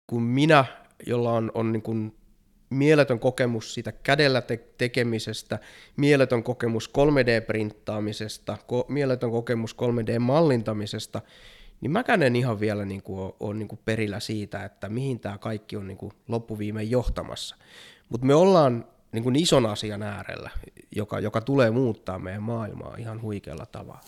kuin minä, jolla on niin kuin mieletön kokemus siitä kädellä tekemisestä, mieletön kokemus 3D-printtaamisesta, mieletön kokemus 3D-mallintamisesta, niin mäkään en ihan vielä niin kuin ole niin kuin perillä siitä, että mihin tämä kaikki on niin kuin loppuviimein johtamassa. Mutta me ollaan niin kuin ison asian äärellä, joka tulee muuttaa meidän maailmaa ihan huikealla tavalla.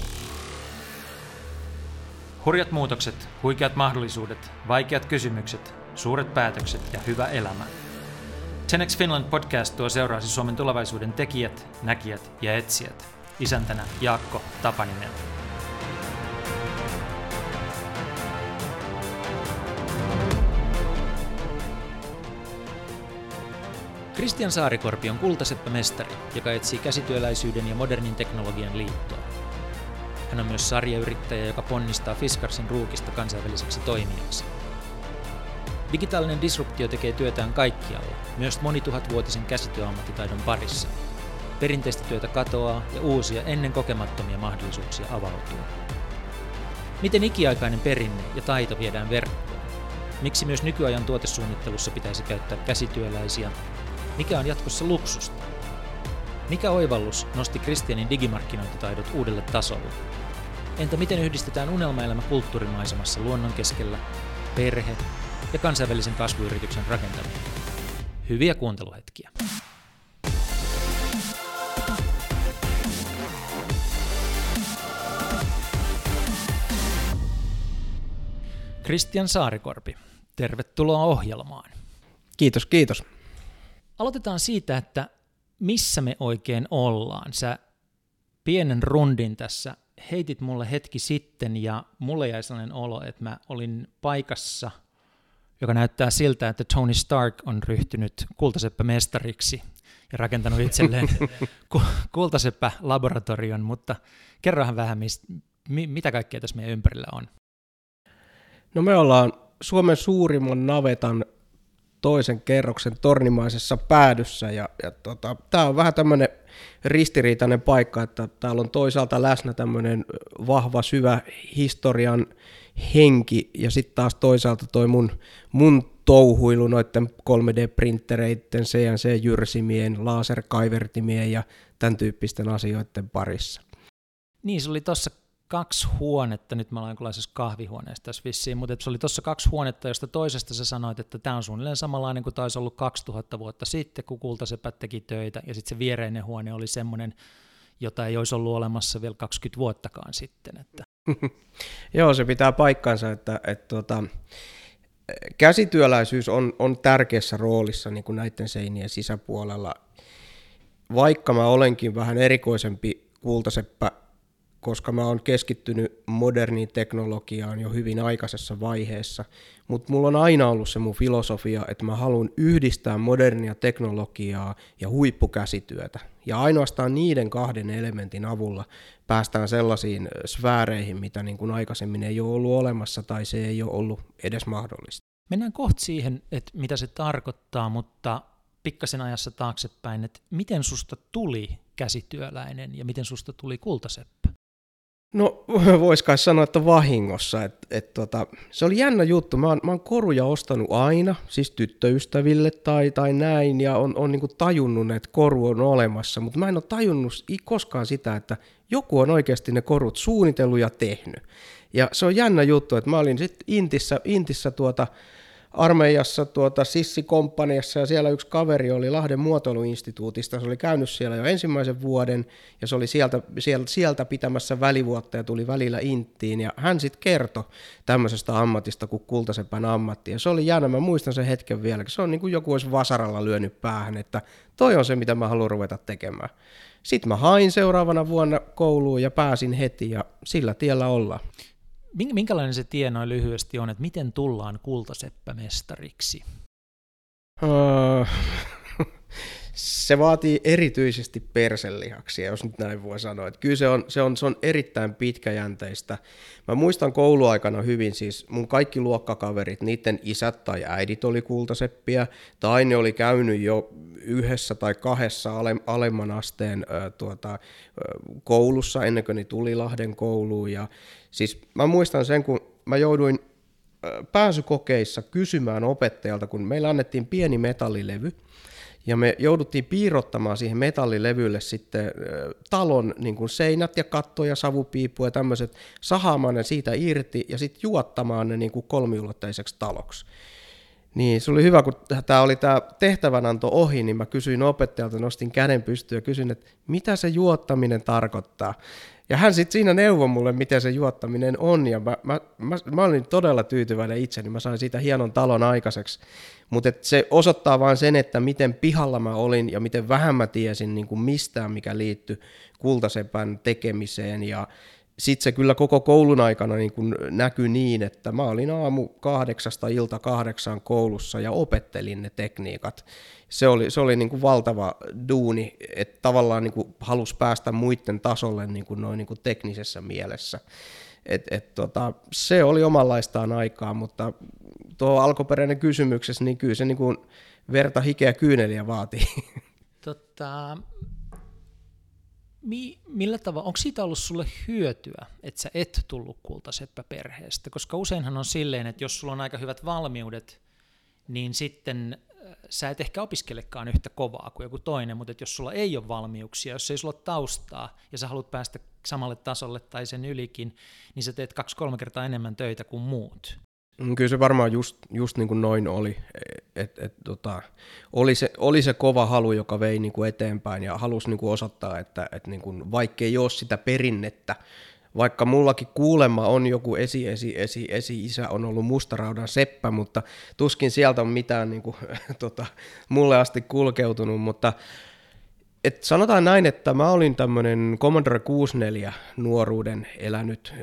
Hurjat muutokset, huikeat mahdollisuudet, vaikeat kysymykset, suuret päätökset ja hyvä elämä. 10X Finland podcast tuo seuraasi Suomen tulevaisuuden tekijät, näkijät ja etsijät. Isäntänä Jaakko Tapaninen. Kristian Saarikorpi on kultaseppä-mestari, joka etsii käsityöläisyyden ja modernin teknologian liittoa. Hän on myös sarjayrittäjä, joka ponnistaa Fiskarsin Ruukista kansainväliseksi toimijaksi. Digitaalinen disruptio tekee työtään kaikkialla, myös monituhatvuotisen käsityöammattitaidon parissa. Perinteistä työtä katoaa ja uusia ennen kokemattomia mahdollisuuksia avautuu. Miten ikiaikainen perinne ja taito viedään verkkoon? Miksi myös nykyajan tuotesuunnittelussa pitäisi käyttää käsityöläisiä? Mikä on jatkossa luksusta? Mikä oivallus nosti Kristianin digimarkkinointitaidot uudelle tasolle? Entä miten yhdistetään unelmaelämä kulttuurimaisemassa luonnon keskellä, perhe ja kansainvälisen kasvuyrityksen rakentaminen? Hyviä kuunteluhetkiä. Kristian Saarikorpi, tervetuloa ohjelmaan. Kiitos, kiitos. Aloitetaan siitä, että missä me oikein ollaan. Sä pienen rundin tässä heitit mulle hetki sitten ja mulle jäi sellainen olo, että mä olin paikassa, joka näyttää siltä, että Tony Stark on ryhtynyt kultaseppä-mestariksi ja rakentanut itselleen kultaseppä-laboratorion, mutta kerrohan vähän, mitä kaikkea tässä meidän ympärillä on. No me ollaan Suomen suurimman navetan toisen kerroksen tornimaisessa päädyssä ja tämä on vähän tämmöinen ristiriitainen paikka, että täällä on toisaalta läsnä tämmöinen vahva syvä historian henki ja sitten taas toisaalta toi mun touhuilu noiden 3D-printtereiden, CNC-jyrsimien, laserkaivertimien ja tämän tyyppisten asioiden parissa. Niin, se oli tuossa 2 huonetta, nyt mä olen jonkinlaisessa kahvihuoneessa tässä vissiin, mutta se oli tuossa 2 huonetta, josta toisesta sä sanoit, että tämä on suunnilleen samanlainen kuin taisi ollut 2000 vuotta sitten, kun kultasepät teki töitä, ja sitten se viereinen huone oli semmoinen, jota ei olisi ollut olemassa vielä 20 vuottakaan sitten. Että. Joo, se pitää paikkansa, että käsityöläisyys on tärkeässä roolissa niin kuin näiden seinien sisäpuolella, vaikka mä olenkin vähän erikoisempi kultaseppä, koska mä oon keskittynyt moderniin teknologiaan jo hyvin aikaisessa vaiheessa, mutta mulla on aina ollut se mun filosofia, että mä haluan yhdistää modernia teknologiaa ja huippukäsityötä. Ja ainoastaan niiden 2 elementin avulla päästään sellaisiin sfääreihin, mitä niin kuin aikaisemmin ei ole ollut olemassa tai se ei ole ollut edes mahdollista. Mennään kohta siihen, että mitä se tarkoittaa, mutta pikkasen ajassa taaksepäin, että miten susta tuli käsityöläinen ja miten susta tuli kultaseppä? No vois kai sanoa, että vahingossa. Se oli jännä juttu. Mä oon koruja ostanut aina, siis tyttöystäville tai näin, ja on niinku tajunnut, että koru on olemassa, mutta mä en ole tajunnut koskaan sitä, että joku on oikeasti ne korut suunnitellut ja tehnyt. Ja se on jännä juttu, että mä olin sitten Intissä armeijassa sissikomppaniassa ja siellä yksi kaveri oli Lahden muotoiluinstituutista, se oli käynyt siellä jo ensimmäisen vuoden ja se oli sieltä pitämässä välivuotta ja tuli välillä Inttiin ja hän sitten kertoi tämmöisestä ammatista kuin kultasepän ammatti ja se oli jännä, mä muistan sen hetken vielä, se on niin kuin joku olisi vasaralla lyönyt päähän, että toi on se mitä mä haluan ruveta tekemään. Sitten mä hain seuraavana vuonna kouluun ja pääsin heti ja sillä tiellä ollaan. Minkälainen se tie noin lyhyesti on, että miten tullaan kultaseppämestariksi? Se vaatii erityisesti perselihaksia, jos nyt näin voi sanoa. Että kyllä se on erittäin pitkäjänteistä. Mä muistan kouluaikana hyvin siis mun kaikki luokkakaverit, niiden isät tai äidit oli kultaseppiä, tai ne oli käynyt jo 1 tai 2 alemman asteen koulussa ennen kuin ne tuli Lahden kouluun. Ja siis mä muistan sen, kun mä jouduin pääsykokeissa kysymään opettajalta, kun meillä annettiin pieni metallilevy, ja me jouduttiin piirrottamaan siihen metallilevylle sitten talon niin kuin seinät ja katto ja savupiipu ja tämmöiset, sahaamaan ne siitä irti ja sitten juottamaan ne niin kuin kolmiulotteiseksi taloksi. Niin se oli hyvä, kun tämä oli tämä tehtävänanto ohi, niin mä kysyin opettajalta, nostin käden pystyyn ja kysyin, että mitä se juottaminen tarkoittaa. Ja hän sitten siinä neuvoi mulle, miten se juottaminen on, ja mä olin todella tyytyväinen itseni, mä sain siitä hienon talon aikaiseksi. Mutta se osoittaa vain sen, että miten pihalla mä olin ja miten vähän mä tiesin niin kuin mistään, mikä liittyi kultasepän tekemiseen. Ja sitten se kyllä koko koulun aikana niin kuin näkyi niin, että mä olin aamu 8 ilta 8 koulussa ja opettelin ne tekniikat. Se oli niin kuin valtava duuni, että tavallaan niin kuin halusi päästä muiden tasolle niin kuin noin niin kuin teknisessä mielessä. Se oli omanlaistaan aikaa, mutta tuo alkuperäinen kysymyksessä, niin kyllä se niin kuin verta, hikeä, kyyneliä vaatii. Millä tavalla, onko siitä ollut sulle hyötyä, että sä et tullut kultaseppäperheestä? Koska useinhan on silleen, että jos sulla on aika hyvät valmiudet, niin sitten sä et ehkä opiskelekaan yhtä kovaa kuin joku toinen, mutta jos sulla ei ole valmiuksia, jos ei sulla ole taustaa ja sä haluat päästä samalle tasolle tai sen ylikin, niin sä teet 2-3 kertaa enemmän töitä kuin muut. Kyllä se varmaan just niin kuin noin oli. Oli se kova halu, joka vei niin kuin eteenpäin ja halusi niin kuin osoittaa, että niin kuin, vaikka ei ole sitä perinnettä, vaikka mullakin kuulemma on joku esi-isä on ollut mustaraudan seppä, mutta tuskin sieltä on mitään niin kuin, mulle asti kulkeutunut, mutta sanotaan näin, että mä olin tämmöinen Commodore 64 nuoruuden elänyt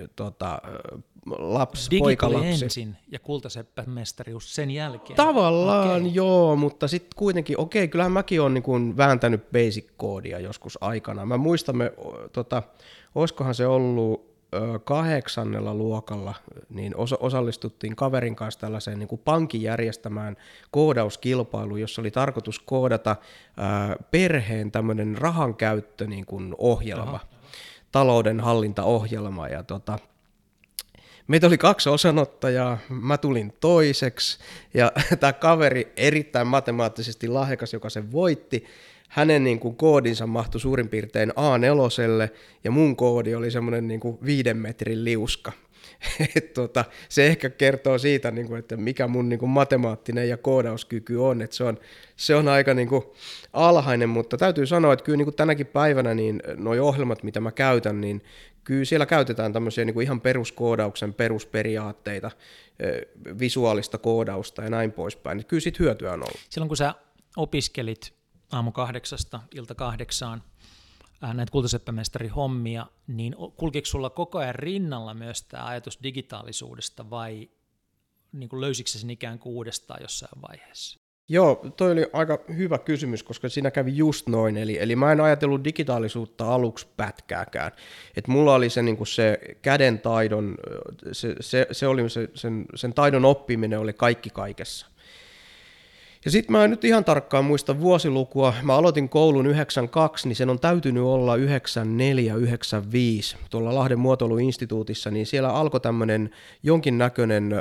poikalapsi. Ensin ja kultaseppämestarius sen jälkeen. Tavallaan joo, mutta sitten kuitenkin, kyllähän mäkin olen niin vääntänyt basic-koodia joskus aikana. Mä muistan, olisikohan se ollut 8. luokalla, niin osallistuttiin kaverin kanssa tällaiseen niin kuin pankin järjestämään koodauskilpailuun, jossa oli tarkoitus koodata perheen tämmöinen rahankäyttö niin kuin ohjelma, taloudenhallintaohjelma, ja meitä oli 2 osanottajaa, mä tulin toiseksi, ja tämä kaveri erittäin matemaattisesti lahjakas, joka sen voitti, hänen niin kuin koodinsa mahtui suurin piirtein A4, ja mun koodi oli semmoinen niin kuin 5 metrin liuska. Se ehkä kertoo siitä, niin kuin, että mikä mun niin kuin matemaattinen ja koodauskyky on, että se on aika niin kuin alhainen, mutta täytyy sanoa, että kyllä niin kuin tänäkin päivänä niin nuo ohjelmat, mitä mä käytän, niin kyllä siellä käytetään tämmöisiä niin kuin ihan peruskoodauksen perusperiaatteita, visuaalista koodausta ja näin poispäin. Kyllä siitä hyötyä on ollut. Silloin kun sä opiskelit aamu 8 ilta 8 näitä kultaseppämestarihommia, niin kulkiko sulla koko ajan rinnalla myös tämä ajatus digitaalisuudesta vai niin kuin löysikö sen ikään kuin uudestaan jossain vaiheessa? Joo, toi oli aika hyvä kysymys, koska siinä kävi just noin, eli mä en ajatellut digitaalisuutta aluksi pätkääkään. Et mulla oli se, niinku se kädentaidon, se oli sen taidon oppiminen oli kaikki kaikessa. Ja sitten mä en nyt ihan tarkkaan muista vuosilukua, mä aloitin koulun 92, niin sen on täytynyt olla 94-95 tuolla Lahden muotoiluinstituutissa, niin siellä alkoi tämmöinen jonkinnäköinen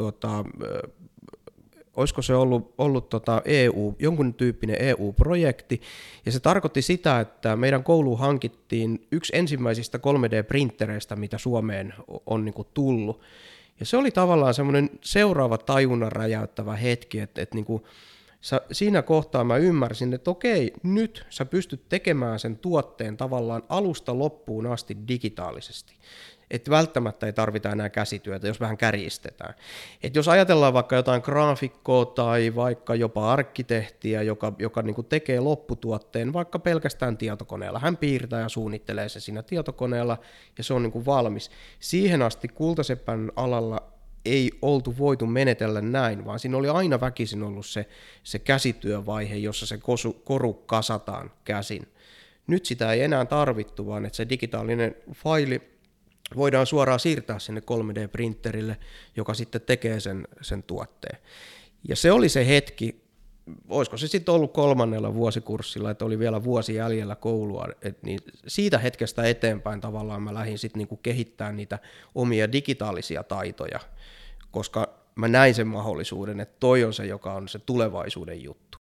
olisiko se ollut jonkun tyyppinen EU-projekti, ja se tarkoitti sitä, että meidän kouluun hankittiin yksi ensimmäisistä 3D-printtereistä, mitä Suomeen on niin kuin tullut. Ja se oli tavallaan semmoinen seuraava tajunnan räjäyttävä hetki, että niin kuin siinä kohtaa mä ymmärsin, että okei, nyt sä pystyt tekemään sen tuotteen tavallaan alusta loppuun asti digitaalisesti. Että välttämättä ei tarvita enää käsityötä, jos vähän kärjistetään. Että jos ajatellaan vaikka jotain graafikkoa tai vaikka jopa arkkitehtiä, joka niin kuin tekee lopputuotteen vaikka pelkästään tietokoneella. Hän piirtää ja suunnittelee se siinä tietokoneella ja se on niin kuin valmis. Siihen asti kultasepän alalla ei oltu voitu menetellä näin, vaan siinä oli aina väkisin ollut se käsityövaihe, jossa se koru kasataan käsin. Nyt sitä ei enää tarvittu, vaan että se digitaalinen faili voidaan suoraan siirtää sinne 3D-printerille, joka sitten tekee sen tuotteen. Ja se oli se hetki, olisiko se sitten ollut 3. vuosikurssilla, että oli vielä vuosi jäljellä koulua, niin siitä hetkestä eteenpäin tavallaan mä lähdin sitten niinku kehittämään niitä omia digitaalisia taitoja, koska mä näin sen mahdollisuuden, että toi on se, joka on se tulevaisuuden juttu.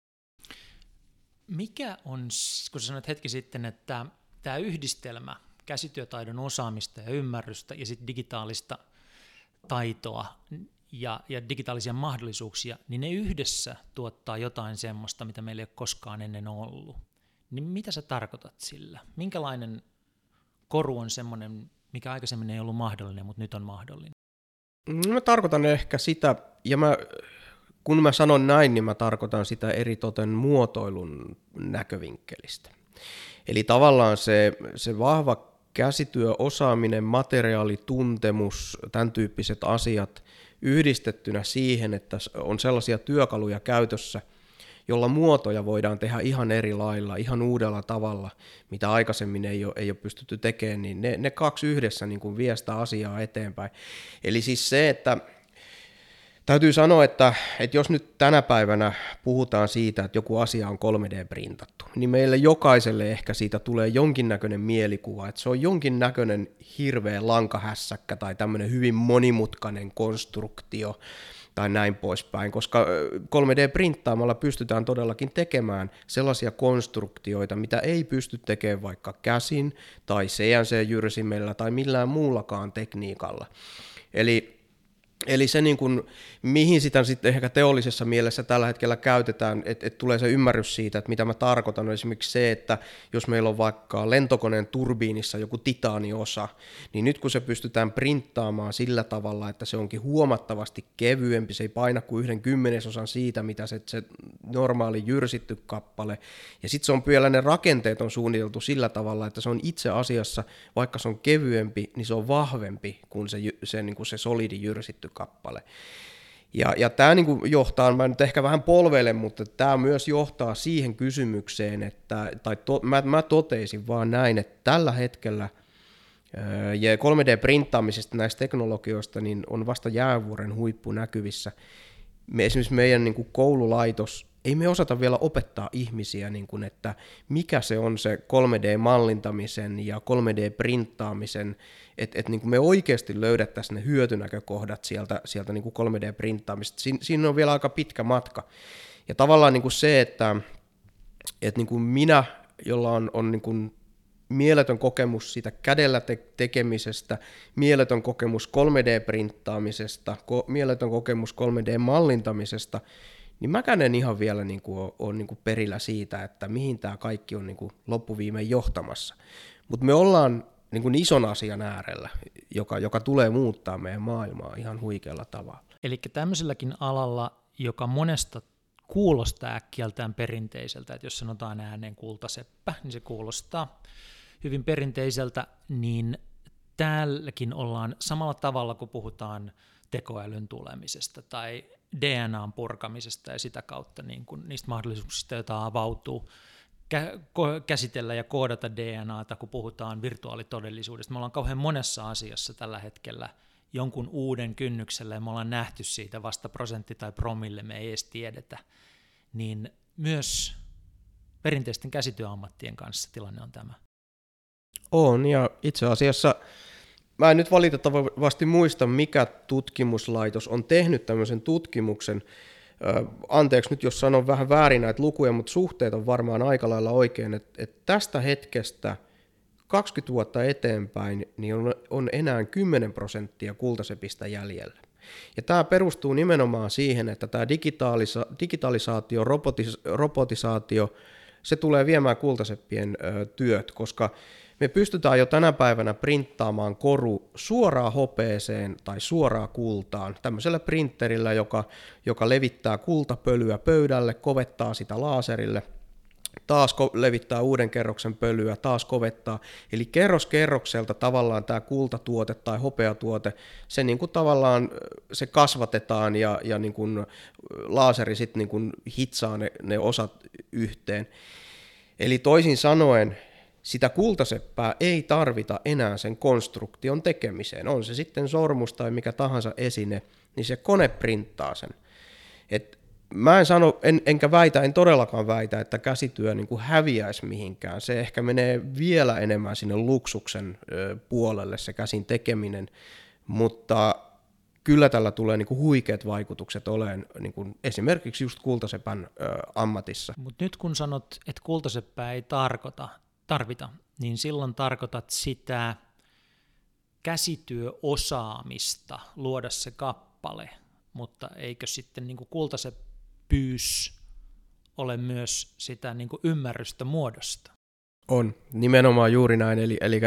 Mikä on, kun sä sanoit hetki sitten, että tämä yhdistelmä käsityötaidon osaamista ja ymmärrystä ja sitten digitaalista taitoa ja digitaalisia mahdollisuuksia, niin ne yhdessä tuottaa jotain semmoista, mitä meillä ei ole koskaan ennen ollut. Niin mitä sä tarkoitat sillä? Minkälainen koru on semmoinen, mikä aikaisemmin ei ollut mahdollinen, mutta nyt on mahdollinen? Mä tarkoitan ehkä sitä, ja kun mä sanon näin, niin mä tarkoitan sitä eritoten muotoilun näkövinkkelistä. Eli tavallaan se vahva käsityöosaaminen, materiaalituntemus, tämän tyyppiset asiat yhdistettynä siihen, että on sellaisia työkaluja käytössä, jolla muotoja voidaan tehdä ihan eri lailla, ihan uudella tavalla, mitä aikaisemmin ei ole pystytty tekemään, niin ne kaksi yhdessä niin kuin vie sitä asiaa eteenpäin. Eli siis se, että täytyy sanoa, että jos nyt tänä päivänä puhutaan siitä, että joku asia on 3D-printattu, niin meille jokaiselle ehkä siitä tulee jonkinnäköinen mielikuva, että se on jonkinnäköinen hirveä lankahässäkkä tai tämmöinen hyvin monimutkainen konstruktio tai näin poispäin, koska 3D-printtaamalla pystytään todellakin tekemään sellaisia konstruktioita, mitä ei pysty tekemään vaikka käsin tai CNC-jyrsimellä tai millään muullakaan tekniikalla. Eli se, niin kuin, mihin sitä sitten ehkä teollisessa mielessä tällä hetkellä käytetään, että tulee se ymmärrys siitä, että mitä mä tarkoitan, on esimerkiksi se, että jos meillä on vaikka lentokoneen turbiinissa joku titaaniosa, niin nyt kun se pystytään printtaamaan sillä tavalla, että se onkin huomattavasti kevyempi, se ei paina kuin 1/10 siitä, mitä se normaali jyrsitty kappale, ja sitten se on vielä ne rakenteet on suunniteltu sillä tavalla, että se on itse asiassa, vaikka se on kevyempi, niin se on vahvempi kuin se solidi jyrsitty kappale. Ja tämä niin johtaa, mä nyt ehkä vähän polveilen, mutta tämä myös johtaa siihen kysymykseen, että mä toteisin vaan näin, että tällä hetkellä ja 3D-printtaamisesta näistä teknologioista niin on vasta jäävuoren huippu näkyvissä. Esimerkiksi meidän niin kuin koululaitos, ei me osata vielä opettaa ihmisiä, niin kuin, että mikä se on se 3D-mallintamisen ja 3D-printtaamisen, että niin kuin me oikeasti löydettäisiin ne hyötynäkökohdat sieltä niin kuin 3D-printtaamista. Siinä on vielä aika pitkä matka. Ja tavallaan niin kuin se, että niin kuin minä, jolla on niin kuin mieletön kokemus siitä kädellä tekemisestä, mieletön kokemus 3D-printtaamisesta, mieletön kokemus 3D-mallintamisesta, niin mäkään en ihan vielä ole niin kuin perillä siitä, että mihin tämä kaikki on niin kuin loppuviimein johtamassa. Mutta me ollaan niin kuin ison asian äärellä, joka tulee muuttaa meidän maailmaa ihan huikealla tavalla. Eli tämmöiselläkin alalla, joka monesta kuulostaa äkkiältään perinteiseltä, että jos sanotaan ääneen kultaseppä, niin se kuulostaa hyvin perinteiseltä, niin täälläkin ollaan samalla tavalla, kun puhutaan tekoälyn tulemisesta tai DNAn purkamisesta ja sitä kautta niin kuin niistä mahdollisuuksista, joita avautuu, käsitellä ja koodata DNAta, kun puhutaan virtuaalitodellisuudesta. Me ollaan kauhean monessa asiassa tällä hetkellä jonkun uuden kynnyksellä ja me ollaan nähty siitä vasta prosentti tai promille, me ei edes tiedetä. Niin myös perinteisten käsityöammattien kanssa tilanne on tämä. On, ja itse asiassa mä en nyt valitettavasti muista, mikä tutkimuslaitos on tehnyt tämmöisen tutkimuksen. Anteeksi nyt, jos sanon vähän väärin näitä lukuja, mutta suhteet on varmaan aika lailla oikein, että tästä hetkestä 20 vuotta eteenpäin niin on enää 10% kultasepistä jäljellä. Ja tämä perustuu nimenomaan siihen, että tämä digitalisaatio, robotisaatio, se tulee viemään kultaseppien työt, koska me pystytään jo tänä päivänä printtaamaan koru suoraan hopeeseen tai suoraan kultaan tämmöisellä printerillä, joka levittää kultapölyä pöydälle, kovettaa sitä laaserille, taas levittää uuden kerroksen pölyä, taas kovettaa. Eli kerros kerrokselta tavallaan tämä kultatuote tai hopeatuote, se niin kuin tavallaan se kasvatetaan ja niin kuin laaseri sitten niin kuin hitsaa ne osat yhteen. Eli toisin sanoen, sitä kultaseppää ei tarvita enää sen konstruktion tekemiseen. On se sitten sormus tai mikä tahansa esine, niin se kone printtaa sen. Mä en sano, en todellakaan väitä, että käsityö niin kuin häviäisi mihinkään. Se ehkä menee vielä enemmän sinne luksuksen puolelle se käsin tekeminen, mutta kyllä tällä tulee niin kuin huikeat vaikutukset oleen niin kuin esimerkiksi just kultasepän ammatissa. Mutta nyt kun sanot, että kultaseppää ei tarvita, niin silloin tarkoitat sitä käsityöosaamista luoda se kappale, mutta eikö sitten niin kuin kultaseppyys ole myös sitä niin kuin ymmärrystä muodosta? On, nimenomaan juuri näin, eli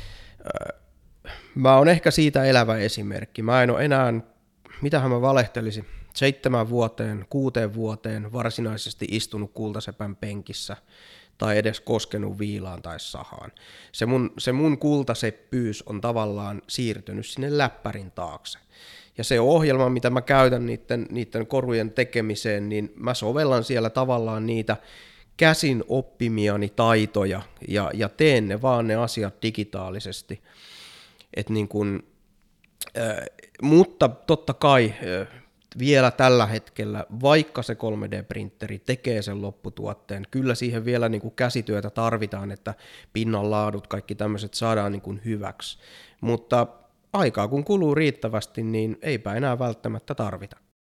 mä oon ehkä siitä elävä esimerkki. Mä en ole enää, mitähän mä valehtelisin, 7 vuoteen, 6 vuoteen varsinaisesti istunut kultasepän penkissä tai edes koskenut viilaan tai sahaan. Se mun kultaseppyys on tavallaan siirtynyt sinne läppärin taakse. Ja se ohjelma, mitä mä käytän niiden korujen tekemiseen, niin mä sovellan siellä tavallaan niitä käsin oppimiani taitoja ja teen ne asiat digitaalisesti. Niin kun, mutta totta kai vielä tällä hetkellä, vaikka se 3D-printeri tekee sen lopputuotteen, kyllä siihen vielä niin kuin käsityötä tarvitaan, että pinnan laadut, kaikki tämmöiset saadaan niin kuin hyväksi. Mutta aikaa kun kuluu riittävästi, niin eipä enää välttämättä tarvita.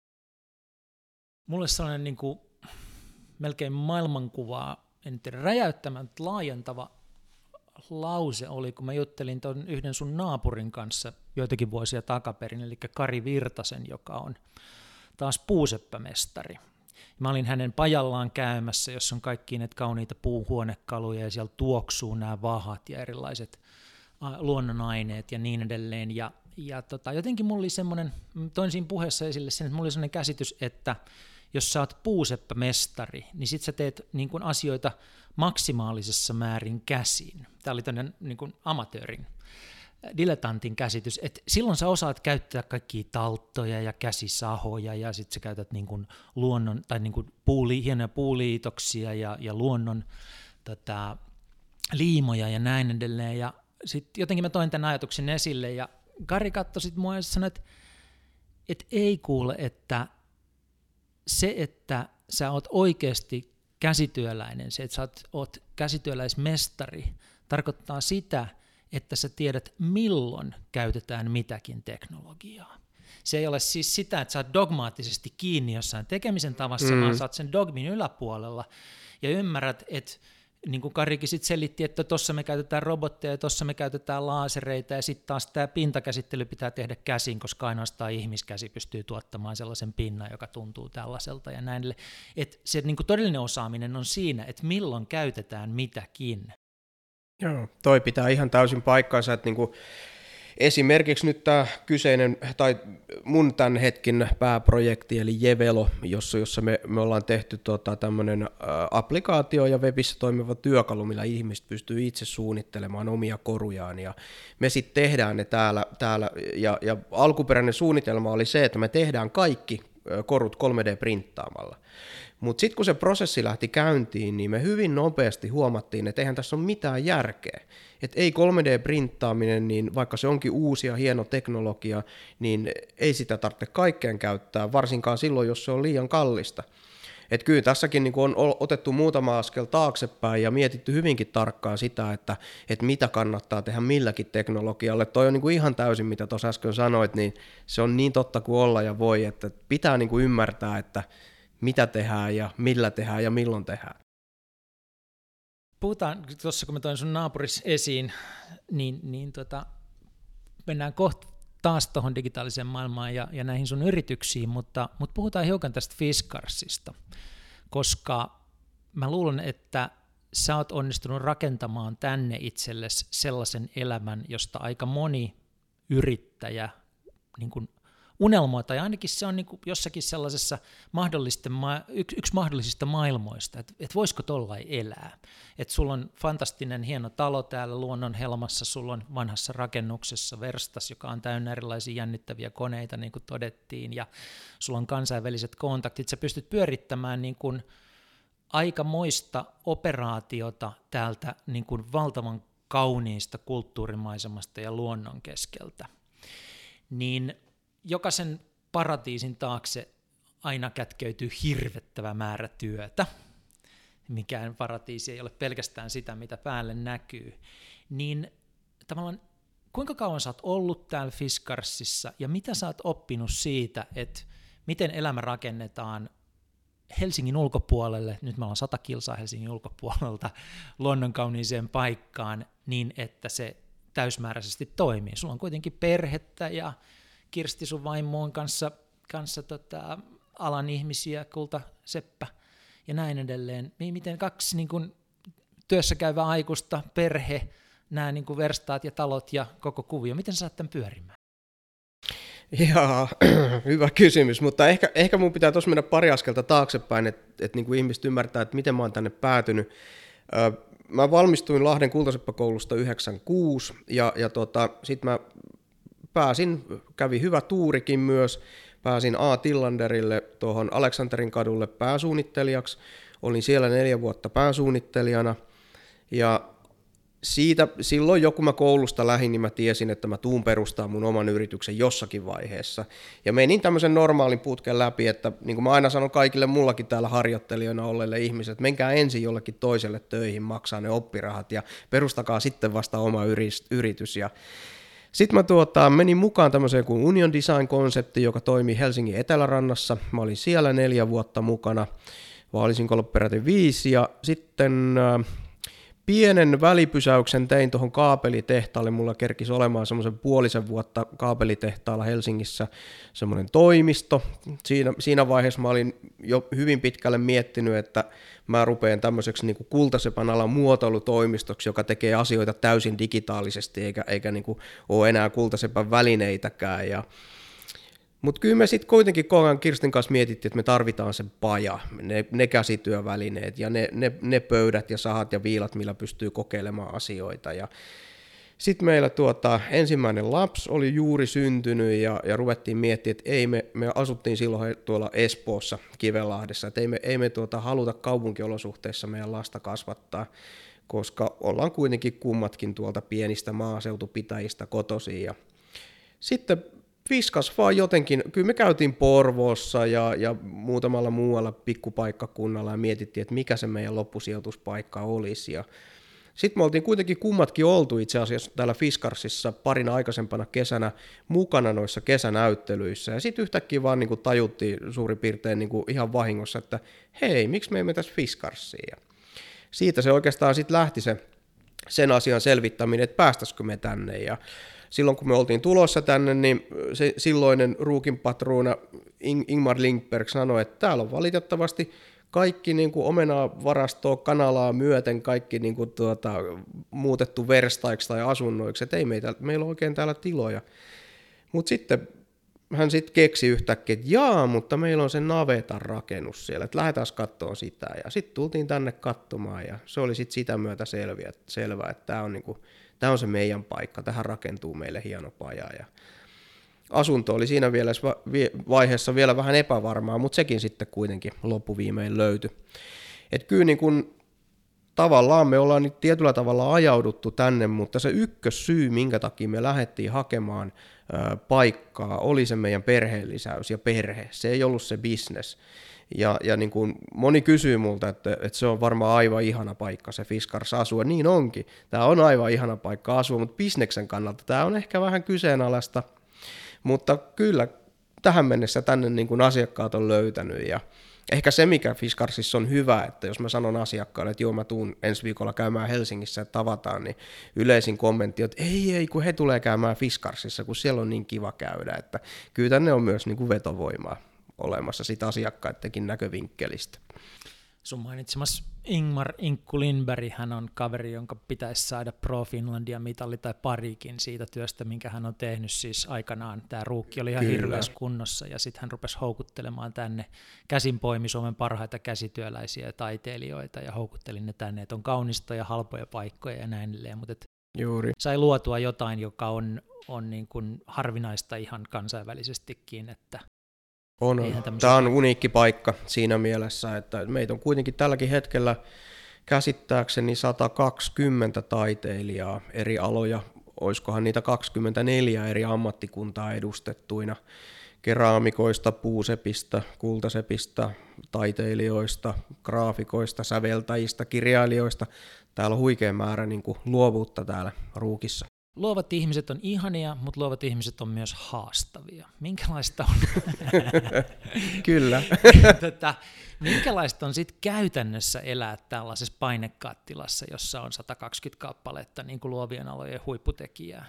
Mulle sellainen niin kuin melkein maailmankuvaa, en tiedä, räjäyttämään laajentava lause oli, kun mä juttelin ton yhden sun naapurin kanssa joitakin vuosia takaperin, eli Kari Virtasen, joka on taas puuseppämestari. Mä olin hänen pajallaan käymässä, jossa on kaikki näitä kauniita puuhuonekaluja, ja siellä tuoksuu nämä vahat ja erilaiset luonnonaineet ja niin edelleen. Ja jotenkin mulla oli semmoinen, toin siinä puheessa esille sen, että mulla oli semmoinen käsitys, että jos sä oot puuseppämestari, niin sit sä teet niin kuin asioita maksimaalisessa määrin käsin. Tämä oli tämmöinen niin kuin amatöörin, dilettantin käsitys, että silloin sä osaat käyttää kaikkia talttoja ja käsisahoja ja sit sä käytät niin kuin luonnon, tai niin kuin hienoja puuliitoksia ja luonnon liimoja ja näin edelleen. Ja sitten jotenkin mä toin tämän ajatuksen esille ja Kari katsoi sit mua ja sanoi, että ei kuule, että se, että sä oot oikeasti käsityöläinen, se, että sä oot käsityöläismestari, tarkoittaa sitä, että sä tiedät, milloin käytetään mitäkin teknologiaa. Se ei ole siis sitä, että sä oot dogmaattisesti kiinni jossain tekemisen tavassa, vaan sä oot sen dogmin yläpuolella ja ymmärrät, että niin kuin Karikin sitten selitti, että tuossa me käytetään robotteja ja tuossa me käytetään laasereita ja sitten taas tämä pintakäsittely pitää tehdä käsin, koska ainoastaan ihmiskäsi pystyy tuottamaan sellaisen pinnan, joka tuntuu tällaiselta ja näin. Että se niin kuin todellinen osaaminen on siinä, että milloin käytetään mitäkin. Joo, toi pitää ihan täysin paikkaansa, että niinku esimerkiksi nyt tämä kyseinen, tai mun tämän hetken pääprojekti, eli Jevelo, jossa me ollaan tehty tämmöinen applikaatio ja webissä toimiva työkalu, millä ihmiset pystyy itse suunnittelemaan omia korujaan, ja me sitten tehdään ne täällä ja alkuperäinen suunnitelma oli se, että me tehdään kaikki korut 3D-printtaamalla. Mutta sitten kun se prosessi lähti käyntiin, niin me hyvin nopeasti huomattiin, että eihän tässä ole mitään järkeä. Että ei 3D-printtaaminen, niin vaikka se onkin uusi ja hieno teknologia, niin ei sitä tarvitse kaikkeen käyttää, varsinkaan silloin, jos se on liian kallista. Että kyllä tässäkin niin on otettu muutama askel taaksepäin ja mietitty hyvinkin tarkkaan sitä, että mitä kannattaa tehdä milläkin teknologialle. Toi on niin kuin ihan täysin, mitä tuossa äsken sanoit, niin se on niin totta kuin olla ja voi, että pitää niin kuin ymmärtää, että mitä tehdään ja millä tehdään ja milloin tehdään. Puhutaan tuossa, kun mä toin sun naapuris esiin, niin mennään kohta taas tuohon digitaaliseen maailmaan ja näihin sun yrityksiin, mutta puhutaan hiukan tästä Fiskarsista, koska mä luulen, että sä oot onnistunut rakentamaan tänne itsellesi sellaisen elämän, josta aika moni yrittäjä niin kuin unelmoi, tai ainakin se on niin kuin jossakin sellaisessa yksi mahdollisista maailmoista, että voisiko tollain elää. Että sulla on fantastinen hieno talo täällä luonnon helmassa, sulla on vanhassa rakennuksessa verstas, joka on täynnä erilaisia jännittäviä koneita, niin kuin todettiin, ja sulla on kansainväliset kontaktit, sä pystyt pyörittämään niin kuin aikamoista operaatiota täältä niin kuin valtavan kauniista kulttuurimaisemasta ja luonnon keskeltä. Niin jokaisen paratiisin taakse aina kätkeytyy hirvettävä määrä työtä. Mikään paratiisi ei ole pelkästään sitä, mitä päälle näkyy. Niin tavallaan kuinka kauan sä oot ollut täällä Fiskarsissa ja mitä sä oot oppinut siitä, että miten elämä rakennetaan Helsingin ulkopuolelle, nyt me ollaan 100 kilsaa Helsingin ulkopuolelta, luonnon kauniiseen paikkaan, niin että se täysmääräisesti toimii. Sulla on kuitenkin perhettä ja Kirsti sun vaimoon kanssa alan ihmisiä, Kulta, Seppä ja näin edelleen. Miten kaksi niin kuin työssä käyvää aikuista, perhe, nämä niin kuin verstaat ja talot ja koko kuvio, miten sä saat tämän pyörimään? Jaa, hyvä kysymys, mutta ehkä mun pitää tuossa mennä pari askelta taaksepäin, että niin kuin ihmiset ymmärtää, että miten mä oon tänne päätynyt. Mä valmistuin Lahden Kultaseppäkoulusta 96 ja sitten mä kävin hyvä tuurikin myös, pääsin A. Tillanderille tuohon Aleksanterin kadulle pääsuunnittelijaksi, olin siellä 4 vuotta pääsuunnittelijana ja silloin jo kun mä koulusta lähdin, niin mä tiesin, että mä tuun perustaa mun oman yrityksen jossakin vaiheessa. Ja menin tämmöisen normaalin putken läpi, että niin kuin mä aina sanon kaikille mullakin täällä harjoittelijoina olleille ihmisille, että menkää ensin jollekin toiselle töihin, maksaa ne oppirahat ja perustakaa sitten vasta oma yritys. Ja sitten mä menin mukaan tämmöiseen kuin Union Design-konsepti, joka toimii Helsingin Etelärannassa. Mä olin siellä 4 vuotta mukana, vai olisinko ollut peräti 5, ja sitten pienen välipysäyksen tein tuohon kaapelitehtaalle. Mulla kerkisi olemaan semmoisen 5 vuotta kaapelitehtaalla Helsingissä semmoinen toimisto. Siinä vaiheessa mä olin jo hyvin pitkälle miettinyt, että mä rupean tämmöiseksi niin kuin Kultasepän alan muotoilutoimistoksi, joka tekee asioita täysin digitaalisesti, eikä niin kuin ole enää Kultasepän välineitäkään. Mutta kyllä me sitten kuitenkin koko Kirstin kanssa mietittiin, että me tarvitaan se paja, ne käsityövälineet ja ne pöydät ja sahat ja viilat, millä pystyy kokeilemaan asioita. Sitten meillä ensimmäinen lapsi oli juuri syntynyt ja ruvettiin miettimään, että me asuttiin silloin tuolla Espoossa, Kivenlahdessa, että ei me haluta kaupunkiolosuhteissa meidän lasta kasvattaa, koska ollaan kuitenkin kummatkin tuolta pienistä maaseutupitäjistä kotoisin. Ja sitten Fiskas vaan jotenkin, kyllä me käytiin Porvoossa ja muutamalla muualla pikkupaikkakunnalla ja mietittiin, että mikä se meidän loppusijoituspaikka olisi. Sitten me oltiin kuitenkin kummatkin oltu itse asiassa täällä Fiskarsissa parina aikaisempana kesänä mukana noissa kesänäyttelyissä. Ja sitten yhtäkkiä vaan niin kuin tajuttiin suurin piirtein niin kuin ihan vahingossa, että hei, miksi me emme tässä Fiskarsiin? Ja siitä se oikeastaan sitten lähti sen asian selvittäminen, että päästäisikö me tänne. Ja silloin kun me oltiin tulossa tänne, niin se silloinen ruukinpatruuna Ingmar Lindberg sanoi, että täällä on valitettavasti kaikki niin kuin omenavarastoa, kanalaa myöten, kaikki niin kuin muutettu verstaiksi tai asunnoiksi, että ei meillä ole oikein täällä tiloja. Mutta sitten hän keksi yhtäkkiä, että mutta meillä on se navetan rakennus siellä, että lähdetään katsomaan sitä. Ja sitten tultiin tänne katsomaan ja se oli sitten sitä myötä selvää, että tämä on se meidän paikka, tähän rakentuu meille hieno paja. Ja asunto oli siinä vaiheessa vielä vähän epävarmaa, mutta sekin sitten kuitenkin loppuviimein löytyi. Että kyllä niin kuin, tavallaan me ollaan nyt tietyllä tavalla ajauduttu tänne, mutta se ykkössyy, minkä takia me lähdettiin hakemaan paikkaa, oli se meidän perheenlisäys ja perhe. Se ei ollut se business. Ja niin kuin moni kysyy multa, että se on varmaan aivan ihana paikka se Fiskars asua. Niin onkin. Tämä on aivan ihana paikka asua, mutta bisneksen kannalta tämä on ehkä vähän kyseenalaista. Mutta kyllä tähän mennessä tänne niin kuin asiakkaat on löytänyt ja ehkä se, mikä Fiskarsissa on hyvä, että jos mä sanon asiakkaalle, että mä tuun ensi viikolla käymään Helsingissä, että tavataan, niin yleisin kommentti on, että ei, kun he tulee käymään Fiskarsissa, kun siellä on niin kiva käydä, että kyllä tänne on myös niin kuin vetovoimaa olemassa siitä asiakkaidenkin näkövinkkelistä. Sun mainitsemas Ingmar Inkku Lindberg, hän on kaveri, jonka pitäisi saada Pro Finlandia mitali tai parikin siitä työstä, minkä hän on tehnyt siis aikanaan. Tämä ruukki oli ihan hirveässä kunnossa ja sitten hän rupesi houkuttelemaan tänne, käsin poimi Suomen parhaita käsityöläisiä ja taiteilijoita ja houkutteli ne tänne, että on kaunista ja halpoja paikkoja ja näin edelleen, mutta sai luotua jotain, joka on niin kuin harvinaista ihan kansainvälisestikin, että Tämä on uniikki paikka siinä mielessä, että meitä on kuitenkin tälläkin hetkellä käsittääkseni 120 taiteilijaa eri aloja, olisikohan niitä 24 eri ammattikuntaa edustettuina, keraamikoista, puusepistä, kultasepistä, taiteilijoista, graafikoista, säveltäjistä, kirjailijoista. Täällä on huikea määrä niin kuin luovuutta täällä Ruukissa. Luovat ihmiset on ihania, mutta luovat ihmiset on myös haastavia. Minkälaista on, Kyllä. minkälaista on sitten käytännössä elää tällaisessa painekattilassa, jossa on 120 kappaletta niin kuin luovien alojen huipputekijää?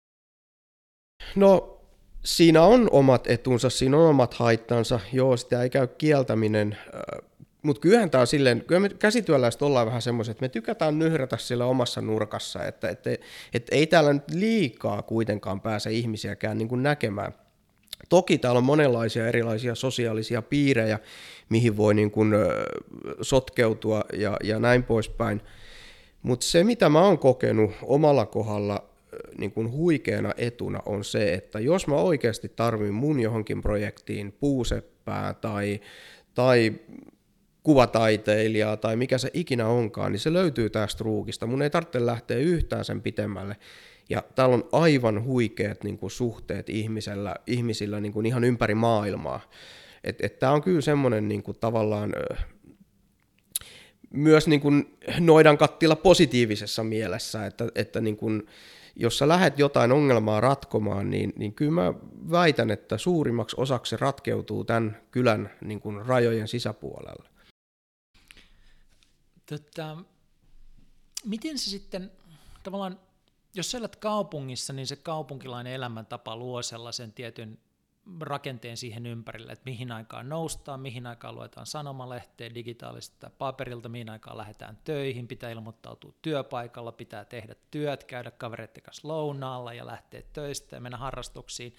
No siinä on omat etunsa, siinä on omat haittansa, joo, sitä ei käy kieltäminen, mutta kyllähän tämä on silleen, kyllä me käsityöläiset ollaan vähän semmoiset, että me tykätään nyhrätä sillä omassa nurkassa, että ei täällä nyt liikaa kuitenkaan pääse ihmisiäkään niin kuin näkemään. Toki täällä on monenlaisia erilaisia sosiaalisia piirejä, mihin voi niin kuin sotkeutua ja näin poispäin, mutta se mitä mä oon kokenut omalla kohdalla niin kuin huikeana etuna on se, että jos mä oikeasti tarvin mun johonkin projektiin puuseppää tai kuvataiteilijaa tai mikä se ikinä onkaan, niin se löytyy tästä Ruukista. Mun ei tarvitse lähteä yhtään sen pitemmälle. Ja täällä on aivan huikeat niin kuin suhteet ihmisillä niin kuin ihan ympäri maailmaa. Tämä on kyllä semmoinen niin kuin tavallaan myös niin kuin noidankattila positiivisessa mielessä, että niin kuin, jos sä lähdet jotain ongelmaa ratkomaan, niin kyllä mä väitän, että suurimmaksi osaksi se ratkeutuu tämän kylän niin kuin rajojen sisäpuolella. Miten se sitten, tavallaan, jos sä elät kaupungissa, niin se kaupunkilainen elämäntapa luo sellaisen tietyn rakenteen siihen ympärille, että mihin aikaan noustaan, mihin aikaan luetaan sanomalehteä digitaalista tai paperilta, mihin aikaan lähdetään töihin, pitää ilmoittautua työpaikalla, pitää tehdä työt, käydä kavereiden kanssa lounaalla ja lähteä töistä ja mennä harrastuksiin.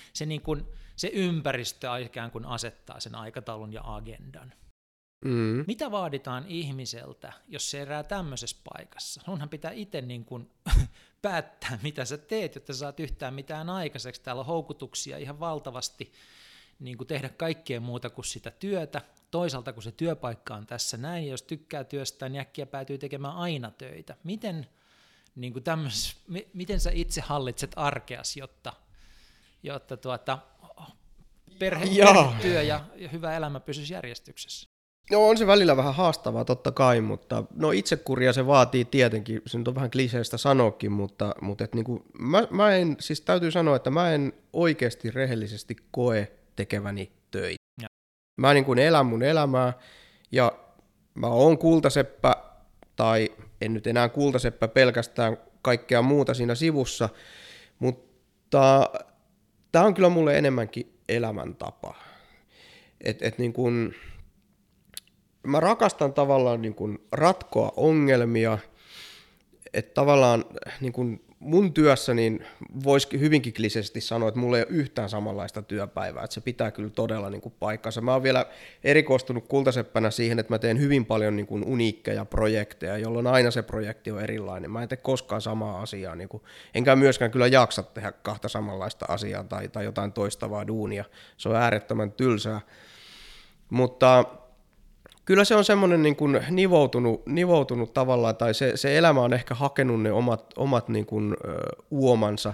Se ympäristö ikään kuin asettaa sen aikataulun ja agendan. Mm. Mitä vaaditaan ihmiseltä, jos se elää tämmöisessä paikassa? Sunhan pitää itse niin kuin päättää, mitä sä teet, jotta sä saat yhtään mitään aikaiseksi. Täällä on houkutuksia ihan valtavasti niin kuin tehdä kaikkea muuta kuin sitä työtä. Toisaalta, kun se työpaikka on tässä näin, ja jos tykkää työstään, niin äkkiä päätyy tekemään aina töitä. Niin kuin miten sä itse hallitset arkeasi, jotta perhe, työ ja hyvä elämä pysyisi järjestyksessä? No on se välillä vähän haastavaa totta kai, mutta no itsekuria se vaatii tietenkin, se nyt on vähän kliseistä sanoakin, mutta et niinku, mä en, siis täytyy sanoa, että mä en oikeasti rehellisesti koe tekeväni töitä. Ja. Mä niin kuin elän mun elämää ja mä oon kultaseppä, tai en nyt enää kultaseppä pelkästään, kaikkea muuta siinä sivussa, mutta tää on kyllä mulle enemmänkin elämäntapa. Et niin kuin, mä rakastan tavallaan niin kuin ratkoa ongelmia, että tavallaan niin kuin mun työssä niin voisi hyvinkin kliseisesti sanoa, että mulla ei ole yhtään samanlaista työpäivää, että se pitää kyllä todella niin kuin paikkansa. Mä oon vielä erikoistunut kultaseppänä siihen, että mä teen hyvin paljon niin kuin uniikkeja projekteja, jolloin aina se projekti on erilainen. Mä en tee koskaan samaa asiaa, niin kuin, enkä myöskään kyllä jaksa tehdä kahta samanlaista asiaa tai jotain toistavaa duunia. Se on äärettömän tylsää, mutta kyllä se on semmoinen niin kuin nivoutunut tavallaan, tai se elämä on ehkä hakenut ne omat niin kuin, uomansa.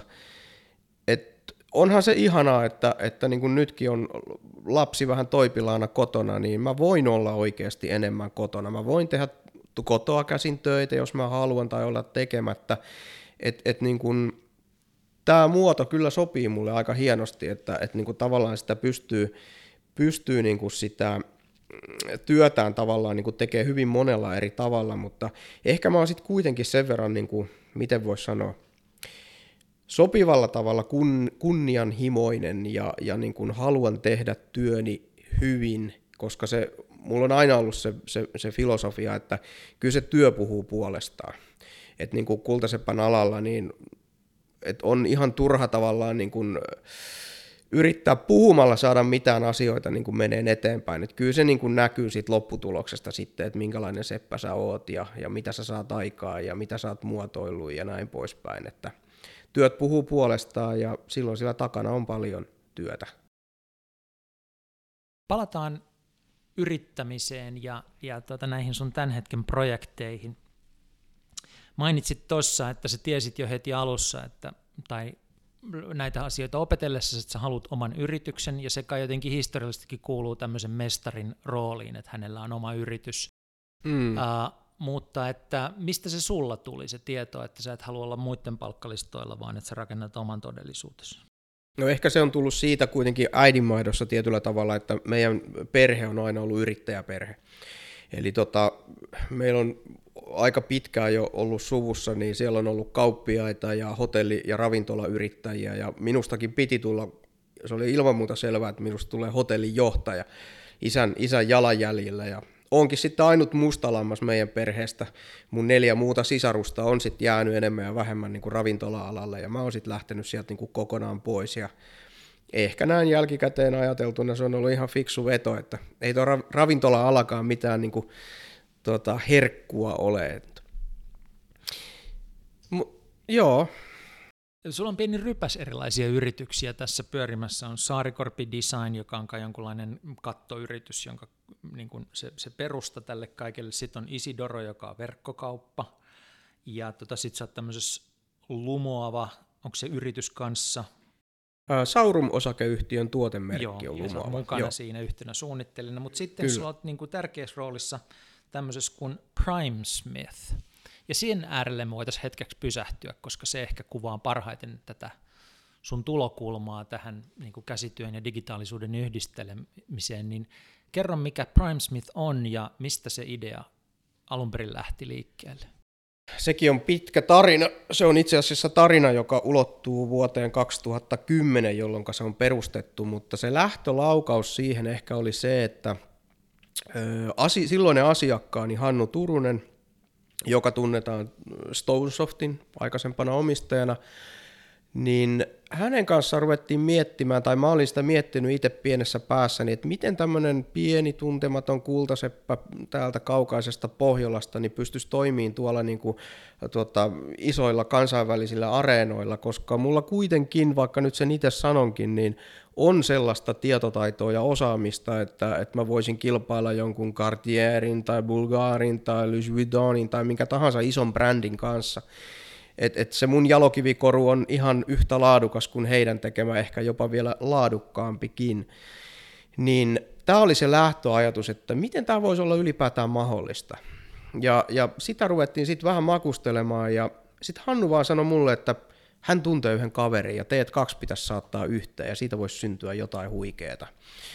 Et onhan se ihanaa, että niin kuin nytkin on lapsi vähän toipilaana kotona, niin mä voin olla oikeasti enemmän kotona. Mä voin tehdä kotoa käsin töitä, jos mä haluan, tai olla tekemättä. Et niin kuin, tämä muoto kyllä sopii mulle aika hienosti, että niin kuin tavallaan sitä pystyy niin kuin sitä työtään tavallaan niin kuin tekee hyvin monella eri tavalla, mutta ehkä mä oon sitten kuitenkin sen verran, niin kuin, miten voisi sanoa, sopivalla tavalla kunnianhimoinen ja niin kuin haluan tehdä työni hyvin, koska mulla on aina ollut se filosofia, että kyllä se työ puhuu puolestaan. Että niin kuin kultaseppän alalla, niin että on ihan turha tavallaan niin kuin yrittää puhumalla saada mitään asioita niin kuin menee eteenpäin. Että kyllä se niin kuin näkyy siitä lopputuloksesta sitten, että minkälainen seppä sä oot ja mitä sä saat aikaa ja mitä sä oot muotoillut ja näin poispäin. Että työt puhuu puolestaan ja silloin sillä takana on paljon työtä. Palataan yrittämiseen ja näihin sun tämän hetken projekteihin. Mainitsit tuossa, että sä tiesit jo heti alussa, tai näitä asioita opetellessa, että sä haluat oman yrityksen, ja se kai jotenkin historiallisestikin kuuluu tämmöisen mestarin rooliin, että hänellä on oma yritys. mutta että mistä se sulla tuli se tieto, että sä et halua olla muiden palkkalistoilla, vaan että sä rakennat oman todellisuutesi? No ehkä se on tullut siitä kuitenkin äidinmaidossa tietyllä tavalla, että meidän perhe on aina ollut yrittäjäperhe. Eli meillä on aika pitkään jo ollut suvussa, niin siellä on ollut kauppiaita ja hotelli- ja ravintolayrittäjiä, ja minustakin piti tulla, se oli ilman muuta selvää, että minusta tulee hotellin johtaja isän jalanjäljellä, ja onkin sitten ainut mustalammas meidän perheestä. Mun 4 muuta sisarusta on sitten jäänyt enemmän ja vähemmän niin kuin ravintola-alalle, ja mä oon sitten lähtenyt sieltä niin kuin kokonaan pois, ja ehkä näin jälkikäteen ajateltuna se on ollut ihan fiksu veto, että ei tuo ravintola-alakaan mitään niin kuin, herkkua ole. Joo. Sulla on pieni rypäs erilaisia yrityksiä tässä pyörimässä. On Saarikorpi Design, joka on jonkunlainen kattoyritys, jonka niin kuin se perusta tälle kaikelle. Sitten on Isidoro, joka on verkkokauppa. Ja sitten sä oot tämmöisessä Lumoava, onko se yritys kanssa? Saurum-osakeyhtiön tuotemerkki on Lumoava. Joo, se on mukana siinä yhtenä suunnittelijana. Mutta sitten sulla on niin kuin tärkeässä roolissa tämmöisessä kuin Primesmith. Ja siihen äärelle me voitaisiin hetkeksi pysähtyä, koska se ehkä kuvaa parhaiten tätä sun tulokulmaa tähän niin kuin käsityön ja digitaalisuuden yhdistelemiseen. Niin kerro, mikä Primesmith on ja mistä se idea alun perin lähti liikkeelle? Sekin on pitkä tarina. Se on itse asiassa tarina, joka ulottuu vuoteen 2010, jolloin se on perustettu, mutta se lähtölaukaus siihen ehkä oli se, että silloinen asiakkaani Hannu Turunen, joka tunnetaan Stonesoftin aikaisempana omistajana, niin hänen kanssaan ruvettiin miettimään, tai mä olin sitä miettinyt itse pienessä päässäni, että miten tämmöinen pieni tuntematon kultaseppä täältä kaukaisesta Pohjolasta niin pystyisi toimimaan tuolla niin kuin, isoilla kansainvälisillä areenoilla, koska mulla kuitenkin, vaikka nyt sen itse sanonkin, niin on sellaista tietotaitoa ja osaamista, että mä voisin kilpailla jonkun Cartierin tai Bulgarin tai Louis Vuittonin tai minkä tahansa ison brändin kanssa. Et se mun jalokivikoru on ihan yhtä laadukas kuin heidän tekemä, ehkä jopa vielä laadukkaampikin. Niin tämä oli se lähtöajatus, että miten tämä voisi olla ylipäätään mahdollista. Ja sitä ruvettiin sitten vähän makustelemaan, ja sitten Hannu vaan sanoi mulle, että hän tuntee yhden kaverin, ja teidät 2 pitäisi saattaa yhteen, ja siitä voisi syntyä jotain huikeeta.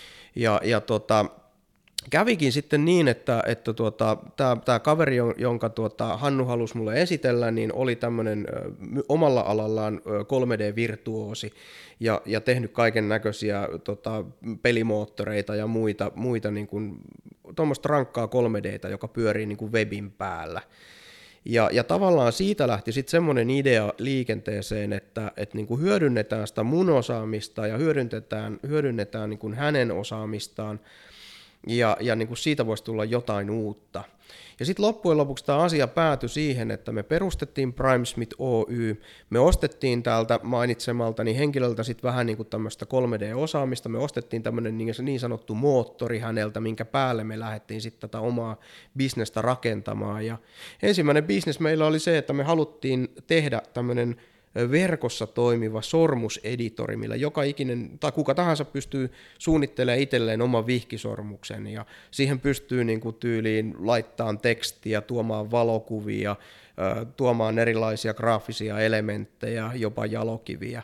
Kävikin sitten niin, että tämä kaveri, jonka Hannu halusi mulle esitellä, niin oli tämmöinen omalla alallaan 3D-virtuoosi ja tehnyt kaiken näköisiä pelimoottoreita ja muita niin kuin tuommoista rankkaa 3D:tä, joka pyörii niin kuin webin päällä. Ja tavallaan siitä lähti sitten semmoinen idea liikenteeseen, että niin kuin hyödynnetään sitä mun osaamista ja hyödynnetään niin kuin hänen osaamistaan, ja niin kuin siitä voisi tulla jotain uutta. Ja sitten loppujen lopuksi tämä asia päätyi siihen, että me perustettiin Primesmith Oy, me ostettiin täältä mainitsemaltani henkilöltä sitten vähän niin kuin tämmöistä 3D-osaamista, me ostettiin tämmöinen niin sanottu moottori häneltä, minkä päälle me lähdettiin sitten tätä omaa bisnestä rakentamaan. Ja ensimmäinen bisnes meillä oli se, että me haluttiin tehdä tämmöinen verkossa toimiva sormuseditori, millä joka ikinen tai kuka tahansa pystyy suunnittelemaan itselleen oman vihkisormuksen, ja siihen pystyy niin kuin tyyliin laittamaan tekstiä, tuomaan valokuvia, tuomaan erilaisia graafisia elementtejä, jopa jalokiviä.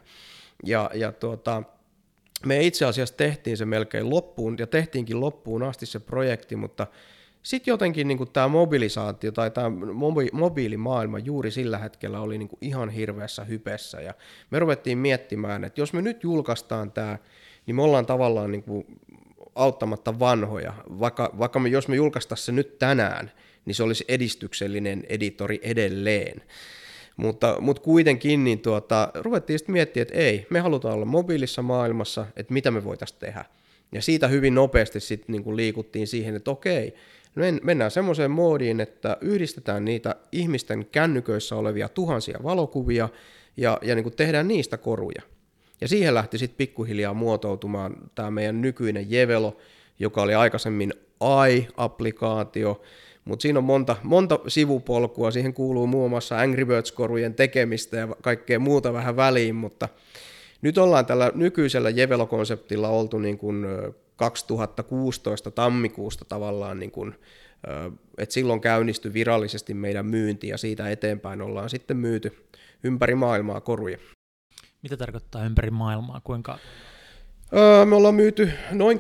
Me itse asiassa tehtiin se melkein loppuun, ja tehtiinkin loppuun asti se projekti, mutta sitten jotenkin niin tämä mobilisaatio tai tämä mobiilimaailma juuri sillä hetkellä oli niin ihan hirveässä hypessä, ja me ruvettiin miettimään, että jos me nyt julkaistaan tämä, niin me ollaan tavallaan niin auttamatta vanhoja, vaikka jos me julkaistaisiin se nyt tänään, niin se olisi edistyksellinen editori edelleen. Mutta kuitenkin niin ruvettiin sitten miettimään, että ei, me halutaan olla mobiilissa maailmassa, että mitä me voitaisiin tehdä. Ja siitä hyvin nopeasti sitten niin liikuttiin siihen, että okei, mennään semmoiseen moodiin, että yhdistetään niitä ihmisten kännyköissä olevia tuhansia valokuvia ja niin kuin tehdään niistä koruja. Ja siihen lähti sitten pikkuhiljaa muotoutumaan tämä meidän nykyinen Jevelo, joka oli aikaisemmin AI-applikaatio, mutta siinä on monta sivupolkua, siihen kuuluu muun muassa Angry Birds-korujen tekemistä ja kaikkea muuta vähän väliin, mutta nyt ollaan tällä nykyisellä Jevelo-konseptilla oltu niin kuin 2016 tammikuusta tavallaan, niin kuin, että silloin käynnistyi virallisesti meidän myynti ja siitä eteenpäin ollaan sitten myyty ympäri maailmaa koruja. Mitä tarkoittaa ympäri maailmaa? Kuinka? Me ollaan myyty noin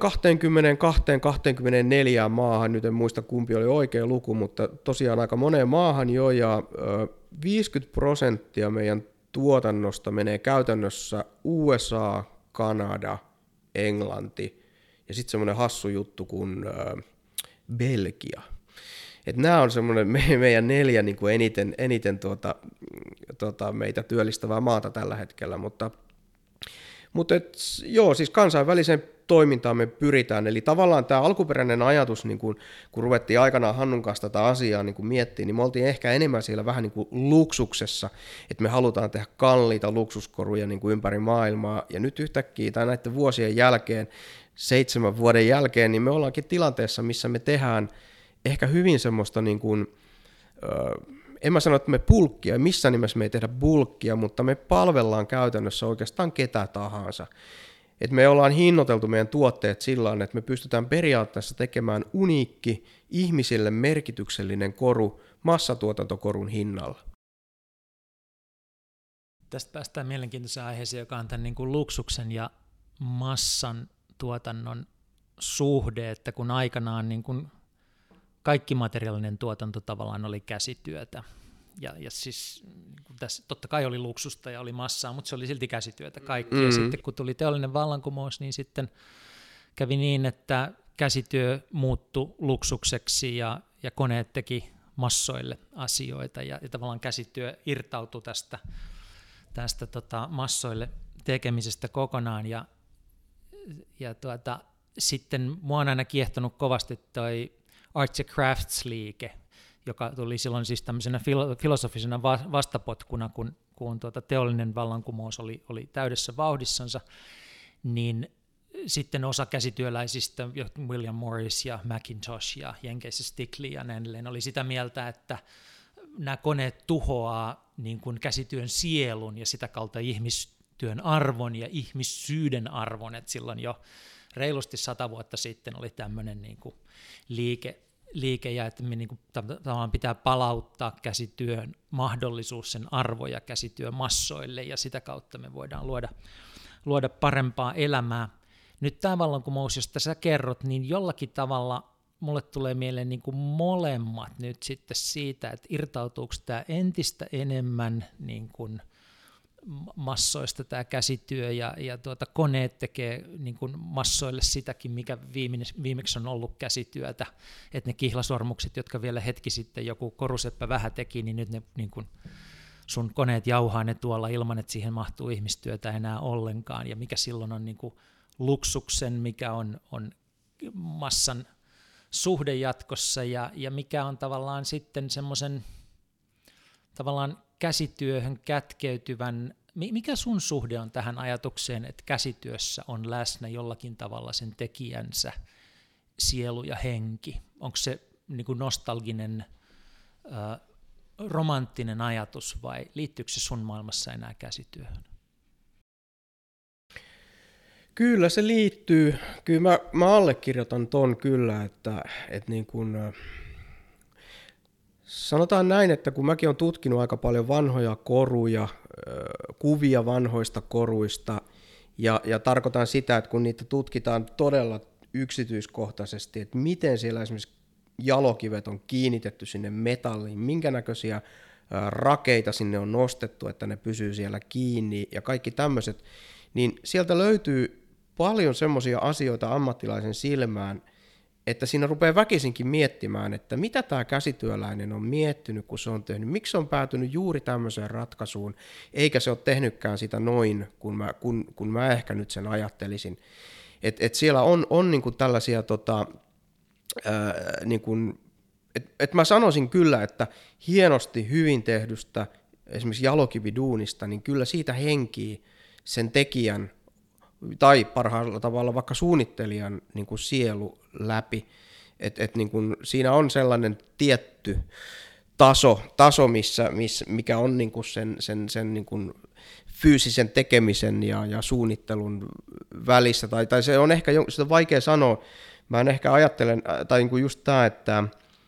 22-24 maahan, nyt en muista kumpi oli oikea luku, mutta tosiaan aika moneen maahan jo, ja 50% meidän tuotannosta menee käytännössä USA, Kanada, Englanti ja sitten semmoinen hassu juttu kuin Belgia. Et nämä on semmoinen meidän 4 niin kuin eniten meitä työllistävää maata tällä hetkellä, mutta siis kansainväliseen toimintaan me pyritään, eli tavallaan tämä alkuperäinen ajatus, niin kun ruvettiin aikanaan Hannun kanssa tätä asiaa niin kun miettimään, niin me oltiin ehkä enemmän siellä vähän niin kuin luksuksessa, että me halutaan tehdä kalliita luksuskoruja niin kuin ympäri maailmaa, ja nyt yhtäkkiä tai näiden vuosien jälkeen, 7 vuoden jälkeen, niin me ollaankin tilanteessa, missä me tehdään ehkä hyvin semmoista niin kuin, en mä sano, että me bulkkia, missään nimessä me ei tehdä bulkkia, mutta me palvellaan käytännössä oikeastaan ketä tahansa. Et me ollaan hinnoiteltu meidän tuotteet sillä tavalla, että me pystytään periaatteessa tekemään uniikki, ihmisille merkityksellinen koru massatuotantokorun hinnalla. Tästä päästään mielenkiintoiseen aiheeseen, joka on tämän niin kuin luksuksen ja massan tuotannon suhde, että kun aikanaan niin kuin kaikki materiaalinen tuotanto tavallaan oli käsityötä. Ja siis tässä totta kai oli luksusta ja oli massaa, mutta se oli silti käsityötä kaikki. Ja sitten kun tuli teollinen vallankumous, niin sitten kävi niin, että käsityö muuttui luksukseksi ja koneet teki massoille asioita. Ja tavallaan käsityö irtautui tästä massoille tekemisestä kokonaan. Sitten mua on aina kiehtonut kovasti toi Arts and Crafts-liike, joka tuli silloin siis tämmöisenä filosofisena vastapotkuna, kun teollinen vallankumous oli täydessä vauhdissansa, niin sitten osa käsityöläisistä, William Morris ja Macintosh ja Jenkeissä Stickley ja näin edelleen, oli sitä mieltä, että nämä koneet tuhoaa niin kuin käsityön sielun ja sitä kautta ihmistyön arvon ja ihmissyyden arvon, että silloin jo reilusti 100 vuotta sitten oli tämmöinen niin kuin liike ja että me niin kuin tavallaan pitää palauttaa käsityön mahdollisuus, sen arvo ja käsityön massoille ja sitä kautta me voidaan luoda parempaa elämää. Nyt tämä vallankumous, josta sä kerrot, niin jollakin tavalla mulle tulee mieleen niin kuin molemmat nyt sitten siitä, että irtautuuko tämä entistä enemmän niin kuin massoista tämä käsityö ja koneet tekee niin kuin massoille sitäkin, mikä viimeksi on ollut käsityötä, että ne kihlasormukset, jotka vielä hetki sitten joku koruseppä vähän teki, niin nyt ne niin kuin sun koneet jauhaa ne tuolla ilman, että siihen mahtuu ihmistyötä enää ollenkaan, ja mikä silloin on niin kuin luksuksen, mikä on massan suhde jatkossa, ja mikä on tavallaan sitten semmoisen tavallaan käsityöhön kätkeytyvän, mikä sun suhde on tähän ajatukseen, että käsityössä on läsnä jollakin tavalla sen tekijänsä sielu ja henki? Onko se niin kuin nostalginen, romanttinen ajatus vai liittyykö se sun maailmassa enää käsityöhön? Kyllä se liittyy. Kyllä mä allekirjoitan ton kyllä, että niin kuin, sanotaan näin, että kun mäkin olen tutkinut aika paljon vanhoja koruja, kuvia vanhoista koruista, ja tarkoitan sitä, että kun niitä tutkitaan todella yksityiskohtaisesti, että miten siellä esimerkiksi jalokivet on kiinnitetty sinne metalliin, minkä näköisiä rakeita sinne on nostettu, että ne pysyy siellä kiinni ja kaikki tämmöiset, niin sieltä löytyy paljon semmoisia asioita ammattilaisen silmään, että siinä rupeaa väkisinkin miettimään, että mitä tämä käsityöläinen on miettinyt, kun se on tehnyt, miksi se on päätynyt juuri tämmöiseen ratkaisuun, eikä se ole tehnytkään sitä noin, kun mä ehkä nyt sen ajattelisin. Et siellä on niinku tällaisia, niinku, että mä sanoisin kyllä, että hienosti hyvin tehdystä esimerkiksi jalokividuunista, niin kyllä siitä henkii sen tekijän tai parhaalla tavalla vaikka suunnittelijan niin kuin sielu läpi, että niin kuin siinä on sellainen tietty taso mikä on niin kuin sen niin kuin fyysisen tekemisen ja suunnittelun välissä, tai se on ehkä sitä on vaikea sanoa. Mä en ehkä ajattelen, tai niin kuin just tämä, että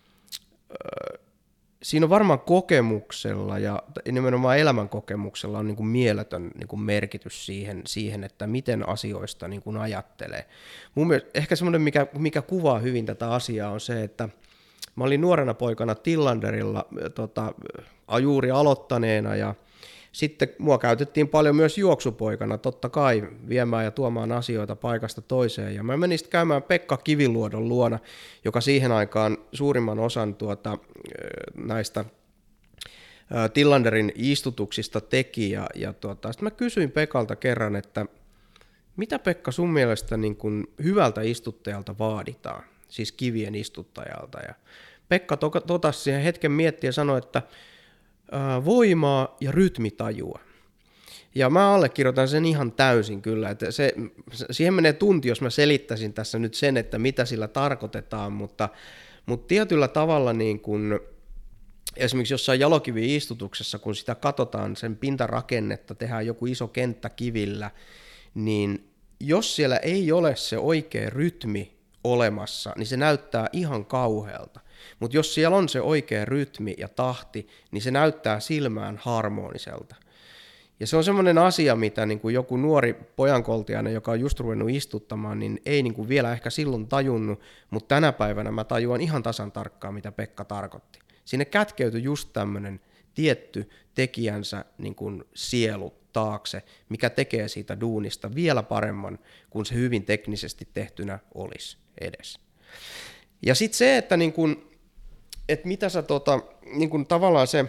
siinä on varmaan kokemuksella ja nimenomaan elämänkokemuksella on niin kuin mieletön niin kuin merkitys siihen, että miten asioista niin kuin ajattelee. Mun mielestä ehkä semmoinen, mikä kuvaa hyvin tätä asiaa, on se, että mä olin nuorena poikana Tillanderilla juuri aloittaneena, ja sitten mua käytettiin paljon myös juoksupoikana, totta kai, viemään ja tuomaan asioita paikasta toiseen. Ja mä menin sitten käymään Pekka Kiviluodon luona, joka siihen aikaan suurimman osan näistä Tillanderin istutuksista teki. Sitten mä kysyin Pekalta kerran, että mitä Pekka sun mielestä niin kun hyvältä istuttajalta vaaditaan, siis kivien istuttajalta. Ja Pekka totasi siihen hetken miettiä ja sanoi, että voimaa ja rytmitajua. Ja mä allekirjoitan sen ihan täysin kyllä, että siihen menee tunti, jos mä selittäisin tässä nyt sen, että mitä sillä tarkoitetaan, mutta tietyllä tavalla niin kun, esimerkiksi jossain jalokivi-istutuksessa, kun sitä katsotaan, sen pintarakennetta, tehdään joku iso kenttä kivillä, niin jos siellä ei ole se oikea rytmi olemassa, niin se näyttää ihan kauhealta. Mutta jos siellä on se oikea rytmi ja tahti, niin se näyttää silmään harmoniselta. Ja se on semmoinen asia, mitä niin kuin joku nuori pojankoltiainen, joka on just ruvennut istuttamaan, niin ei niin kuin vielä ehkä silloin tajunnut, mutta tänä päivänä mä tajuan ihan tasan tarkkaan, mitä Pekka tarkoitti. Sinne kätkeytyi just tämmöinen tietty tekijänsä niin kuin sielu taakse, mikä tekee siitä duunista vielä paremman, kuin se hyvin teknisesti tehtynä olisi edes. Ja sitten se, että niin kun, mitä sä niin kun tavallaan se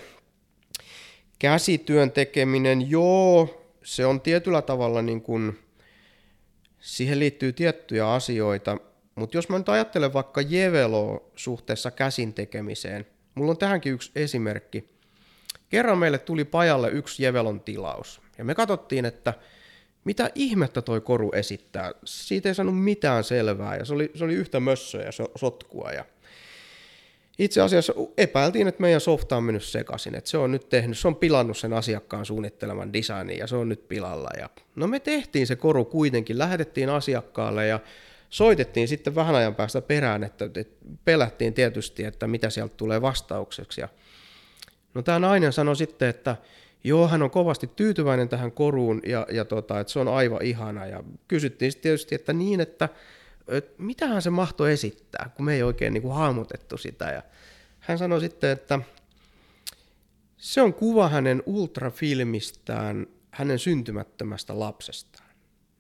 käsityön tekeminen, joo, se on tietyllä tavalla niin kun, siihen liittyy tiettyjä asioita, mutta jos mä nyt ajattelen vaikka Jeveloa suhteessa käsin tekemiseen, mulla on tähänkin yksi esimerkki. Kerran meille tuli pajalle yksi Jevelon tilaus, ja me katsottiin, että mitä ihmettä toi koru esittää. Siitä ei saanut mitään selvää, ja se oli yhtä mössöä ja sotkua. Ja itse asiassa epäiltiin, että meidän softa on mennyt sekaisin, että se on pilannut sen asiakkaan suunnitteleman designin, ja se on nyt pilalla. Ja no me tehtiin se koru kuitenkin, lähetettiin asiakkaalle, ja soitettiin sitten vähän ajan päästä perään, että pelättiin tietysti, että mitä sieltä tulee vastaukseksi. Ja no tämä nainen sanoi sitten, että joo, hän on kovasti tyytyväinen tähän koruun ja että se on aivan ihana. Ja kysyttiin sitten tietysti, että niin, että mitähän se mahtoi esittää, kun me ei oikein niin kuin hahmotettu sitä. Ja hän sanoi sitten, että se on kuva hänen ultrafilmistään, hänen syntymättömästä lapsestaan.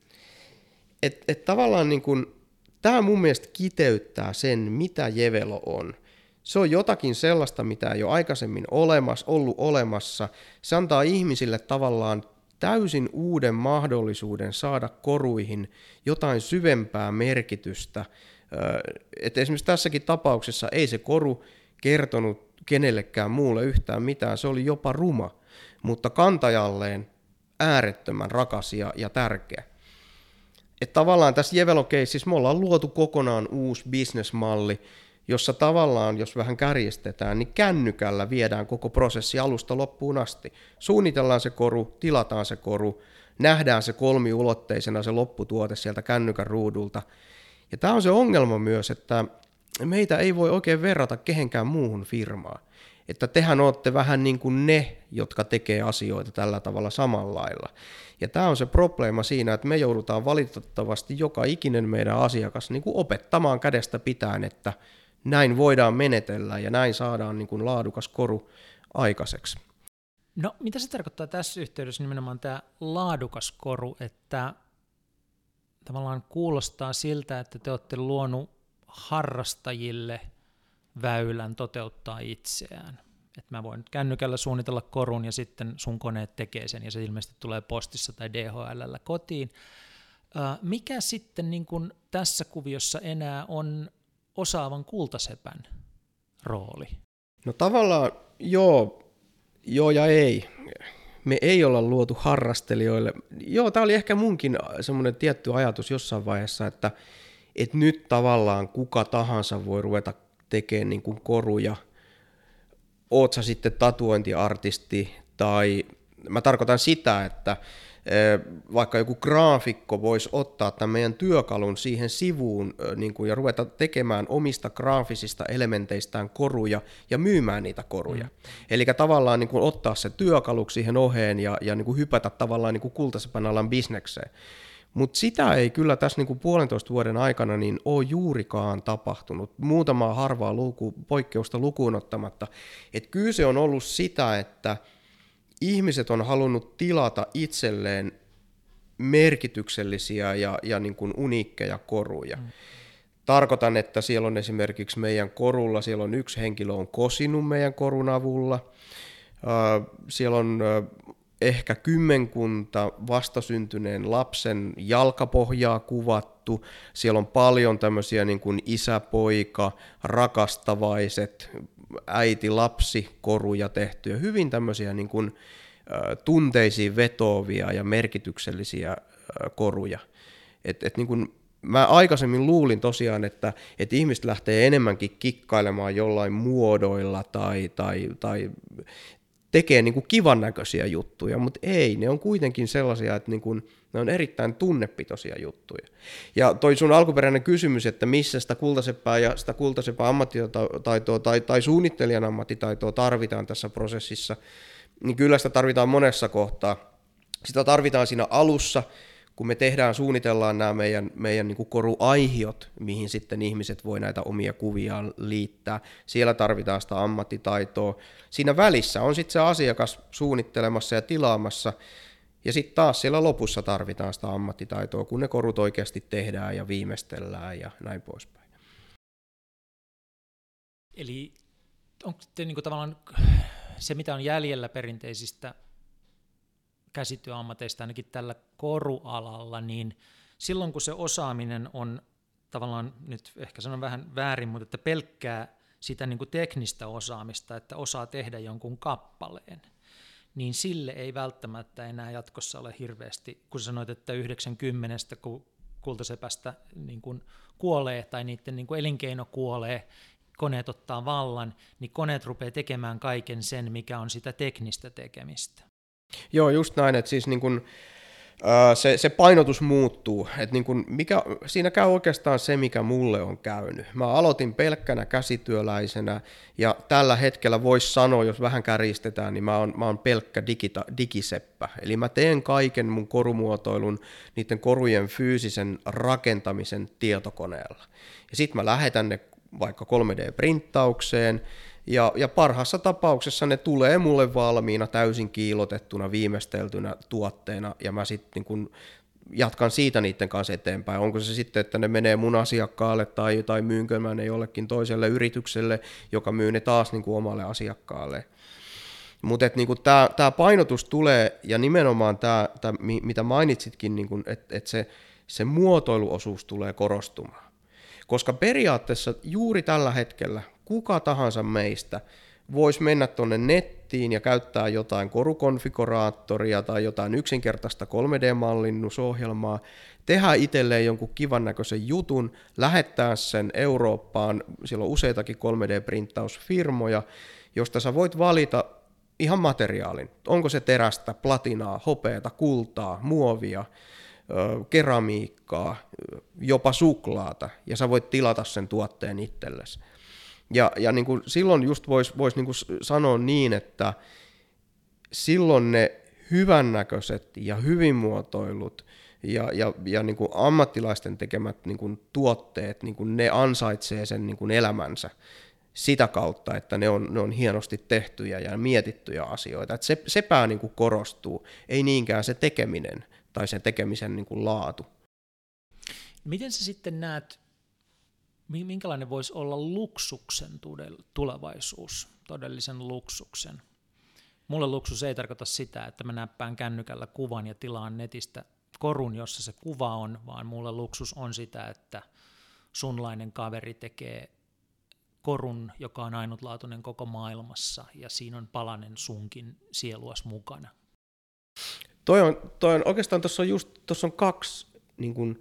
Et tavallaan niin kuin, tämä mun mielestä kiteyttää sen, mitä Jevelo on. Se on jotakin sellaista, mitä ei ole aikaisemmin ollut olemassa. Se antaa ihmisille tavallaan täysin uuden mahdollisuuden saada koruihin jotain syvempää merkitystä. Et esimerkiksi tässäkin tapauksessa ei se koru kertonut kenellekään muulle yhtään mitään. Se oli jopa ruma, mutta kantajalleen äärettömän rakas ja tärkeä. Että tavallaan tässä Jevelo-keississä me ollaan luotu kokonaan uusi bisnesmalli, jossa tavallaan, jos vähän kärjistetään, niin kännykällä viedään koko prosessi alusta loppuun asti. Suunnitellaan se koru, tilataan se koru, nähdään se kolmiulotteisena se lopputuote sieltä kännykän ruudulta. Ja tämä on se ongelma myös, että meitä ei voi oikein verrata kehenkään muuhun firmaan. Että tehän olette vähän niin kuin ne, jotka tekee asioita tällä tavalla samalla lailla. Ja tämä on se probleema siinä, että me joudutaan valitettavasti joka ikinen meidän asiakas niin kuin opettamaan kädestä pitäen, että näin voidaan menetellä ja näin saadaan niin kuin laadukas koru aikaiseksi. No, mitä se tarkoittaa tässä yhteydessä nimenomaan tämä laadukas koru, että tavallaan kuulostaa siltä, että te olette luonut harrastajille väylän toteuttaa itseään. Että mä voin kännykällä suunnitella korun ja sitten sun koneet tekee sen ja se ilmeisesti tulee postissa tai DHL:llä kotiin. Mikä sitten niin kun tässä kuviossa enää on osaavan kultasepän rooli? No tavallaan joo ja ei. Me ei olla luotu harrastelijoille. Joo, tämä oli ehkä munkin semmoinen tietty ajatus jossain vaiheessa, että nyt tavallaan kuka tahansa voi ruveta tekemään niin kuin koruja. Oot sä sitten tatuointiartisti tai mä tarkoitan sitä, että vaikka joku graafikko voisi ottaa tämän meidän työkalun siihen sivuun niin kuin, ja ruveta tekemään omista graafisista elementeistään koruja ja myymään niitä koruja. Eli tavallaan niin kuin, ottaa se työkalu siihen oheen ja niin kuin, hypätä tavallaan niin kuin kultasepän alan bisnekseen. Mutta sitä ei kyllä tässä niin kuin 1,5 vuoden aikana niin ole juurikaan tapahtunut, muutamaa harvaa poikkeusta lukuun ottamatta. Et kyllä se on ollut sitä, että ihmiset on halunnut tilata itselleen merkityksellisiä ja niin kuin uniikkeja koruja. Tarkoitan, että siellä on esimerkiksi meidän korulla, siellä on yksi henkilö on kosinut meidän korun avulla, siellä on ehkä 10 vastasyntyneen lapsen jalkapohjaa kuvattu, siellä on paljon tämmöisiä niin kuin isä-poika, rakastavaiset, äiti-lapsi-koruja tehty ja hyvin tämmöisiä niin kuin tunteisiin vetoavia ja merkityksellisiä koruja. Niin kuin mä aikaisemmin luulin tosiaan, että ihmiset lähtee enemmänkin kikkailemaan jollain muodoilla tai tekee niin kuin kivan näköisiä juttuja, mutta ei, ne on kuitenkin sellaisia, että niin kuin, ne on erittäin tunnepitoisia juttuja. Ja toi sun alkuperäinen kysymys, että missä sitä kultaseppää ja sitä kultaseppää ammattitaitoa tai suunnittelijan ammattitaitoa tarvitaan tässä prosessissa, niin kyllä sitä tarvitaan monessa kohtaa. Sitä tarvitaan siinä alussa, kun me suunnitellaan nämä meidän niin kuin koruaihiot, mihin sitten ihmiset voi näitä omia kuviaan liittää. Siellä tarvitaan sitä ammattitaitoa. Siinä välissä on sitten se asiakas suunnittelemassa ja tilaamassa, ja sitten taas siellä lopussa tarvitaan sitä ammattitaitoa, kun ne korut oikeasti tehdään ja viimeistellään ja näin poispäin. Eli onko te niin kuin tavallaan se, mitä on jäljellä perinteisistä käsityöammateista ainakin tällä korualalla, niin silloin kun se osaaminen on tavallaan, nyt ehkä sanon vähän väärin, mutta että pelkkää sitä niin kuin teknistä osaamista, että osaa tehdä jonkun kappaleen, niin sille ei välttämättä enää jatkossa ole hirveästi, kun sanoit, että 90, kun kultasepästä niin kuin kuolee tai niiden niin kuin elinkeino kuolee, koneet ottaa vallan, niin koneet rupeaa tekemään kaiken sen, mikä on sitä teknistä tekemistä. Joo, just näin, että siis niin kun, se painotus muuttuu, että niin kun siinä käy oikeastaan se, mikä mulle on käynyt. Mä aloitin pelkkänä käsityöläisenä ja tällä hetkellä voisi sanoa, jos vähän kärjistetään, niin mä oon pelkkä digiseppä. Eli mä teen kaiken mun korumuotoilun, niiden korujen fyysisen rakentamisen tietokoneella. Ja sit mä lähetän ne vaikka 3D-printtaukseen, ja parhaassa tapauksessa ne tulee mulle valmiina, täysin kiilotettuna, viimeisteltynä tuotteena, ja mä sitten niin kun jatkan siitä niiden kanssa eteenpäin. Onko se sitten, että ne menee mun asiakkaalle tai myynkö mä ne jollekin toiselle yritykselle, joka myy ne taas niin kuin omalle asiakkaalle. Mutta niin tämä painotus tulee, ja nimenomaan tämä mitä mainitsitkin, niin että se muotoiluosuus tulee korostumaan. Koska periaatteessa juuri tällä hetkellä kuka tahansa meistä voisi mennä tuonne nettiin ja käyttää jotain korukonfiguraattoria tai jotain yksinkertaista 3D-mallinnusohjelmaa, tehdä itselleen jonkun kivan näköisen jutun, lähettää sen Eurooppaan, siellä on useitakin 3D-printtausfirmoja, josta sä voit valita ihan materiaalin. Onko se terästä, platinaa, hopeata, kultaa, muovia, keramiikkaa, jopa suklaata, ja sä voit tilata sen tuotteen itsellesi. Ja niin kuin silloin just vois niin kuin sanoa niin, että silloin ne hyvännäköiset ja hyvin muotoilut ja niin kuin ammattilaisten tekemät niin kuin tuotteet, niin kuin ne ansaitsee sen niin kuin elämänsä sitä kautta, että ne on hienosti tehtyjä ja mietittyjä asioita. Että se pää niin kuin korostuu, ei niinkään se tekeminen tai sen tekemisen niin kuin laatu. Miten sä sitten näet, minkälainen voisi olla luksuksen tulevaisuus, todellisen luksuksen? Mulle luksus ei tarkoita sitä, että mä näppään kännykällä kuvan ja tilaan netistä korun, jossa se kuva on, vaan mulle luksus on sitä, että sunlainen kaveri tekee korun, joka on ainutlaatuinen koko maailmassa, ja siinä on palanen sunkin sieluas mukana. Toi on oikeastaan tuossa on kaksi, niin kuin,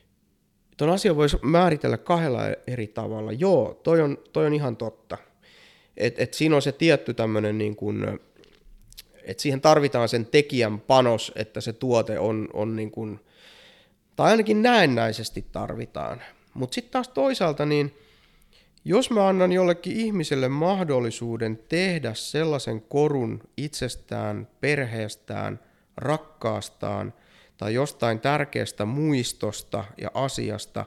ton asian voisi määritellä kahdella eri tavalla. Joo, toi on ihan totta. Et siinä on se tietty tämmöinen niin kuin Et siihen tarvitaan sen tekijän panos, että se tuote on niin kuin, tai ainakin näennäisesti tarvitaan. Mutta sitten taas toisaalta, niin jos mä annan jollekin ihmiselle mahdollisuuden tehdä sellaisen korun itsestään, perheestään, rakkaastaan tai jostain tärkeästä muistosta ja asiasta,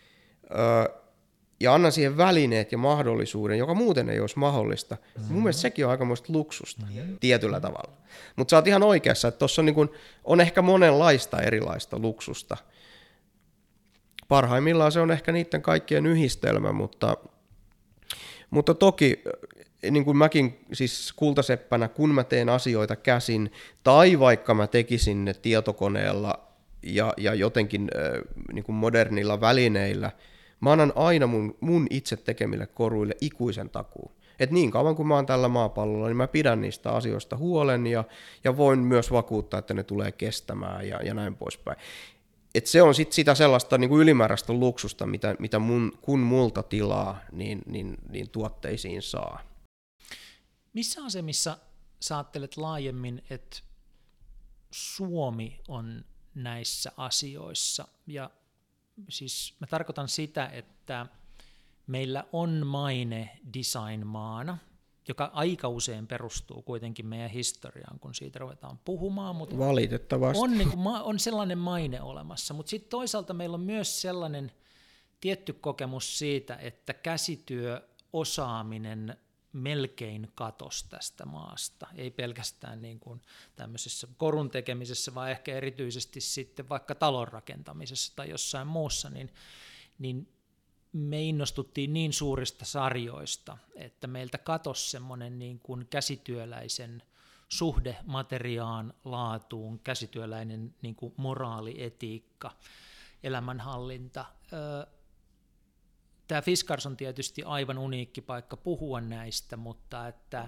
ja annan siihen välineet ja mahdollisuuden, joka muuten ei olisi mahdollista, mun mielestä sekin on aikamoista luksusta tietyllä tavalla. Mutta sä oot ihan oikeassa, että tuossa on ehkä monenlaista erilaista luksusta. Parhaimmillaan se on ehkä niiden kaikkien yhdistelmä, mutta toki niin kuin mäkin siis kultaseppänä, kun mä teen asioita käsin, tai vaikka mä tekisin ne tietokoneella ja jotenkin niin kuin modernilla välineillä, mä annan aina mun itse tekemille koruille ikuisen takuun. Et niin kauan kuin mä oon tällä maapallolla, niin mä pidän niistä asioista huolen ja voin myös vakuuttaa, että ne tulee kestämään ja näin poispäin. Et se on sit sitä sellaista niin kuin ylimääräistä luksusta, mitä kun multa tilaa, niin tuotteisiin saa. Missä asemissa sä ajattelet laajemmin, että Suomi on näissä asioissa? Ja siis mä tarkoitan sitä, että meillä on maine design-maana, joka aika usein perustuu kuitenkin meidän historiaan, kun siitä ruvetaan puhumaan. Mutta valitettavasti. On sellainen maine olemassa, mutta sitten toisaalta meillä on myös sellainen tietty kokemus siitä, että käsityöosaaminen melkein katosi tästä maasta. Ei pelkästään niin kuin tämmöisessä korun tekemisessä, vaan ehkä erityisesti sitten vaikka talon rakentamisessa tai jossain muussa, niin me innostuttiin niin suurista sarjoista, että meiltä katosi semmoinen niin kuin käsityöläisen suhde materiaan, laatuun, käsityöläinen niin kuin moraali, etiikka, elämänhallinta. Tämä Fiskars on tietysti aivan uniikki paikka puhua näistä, mutta että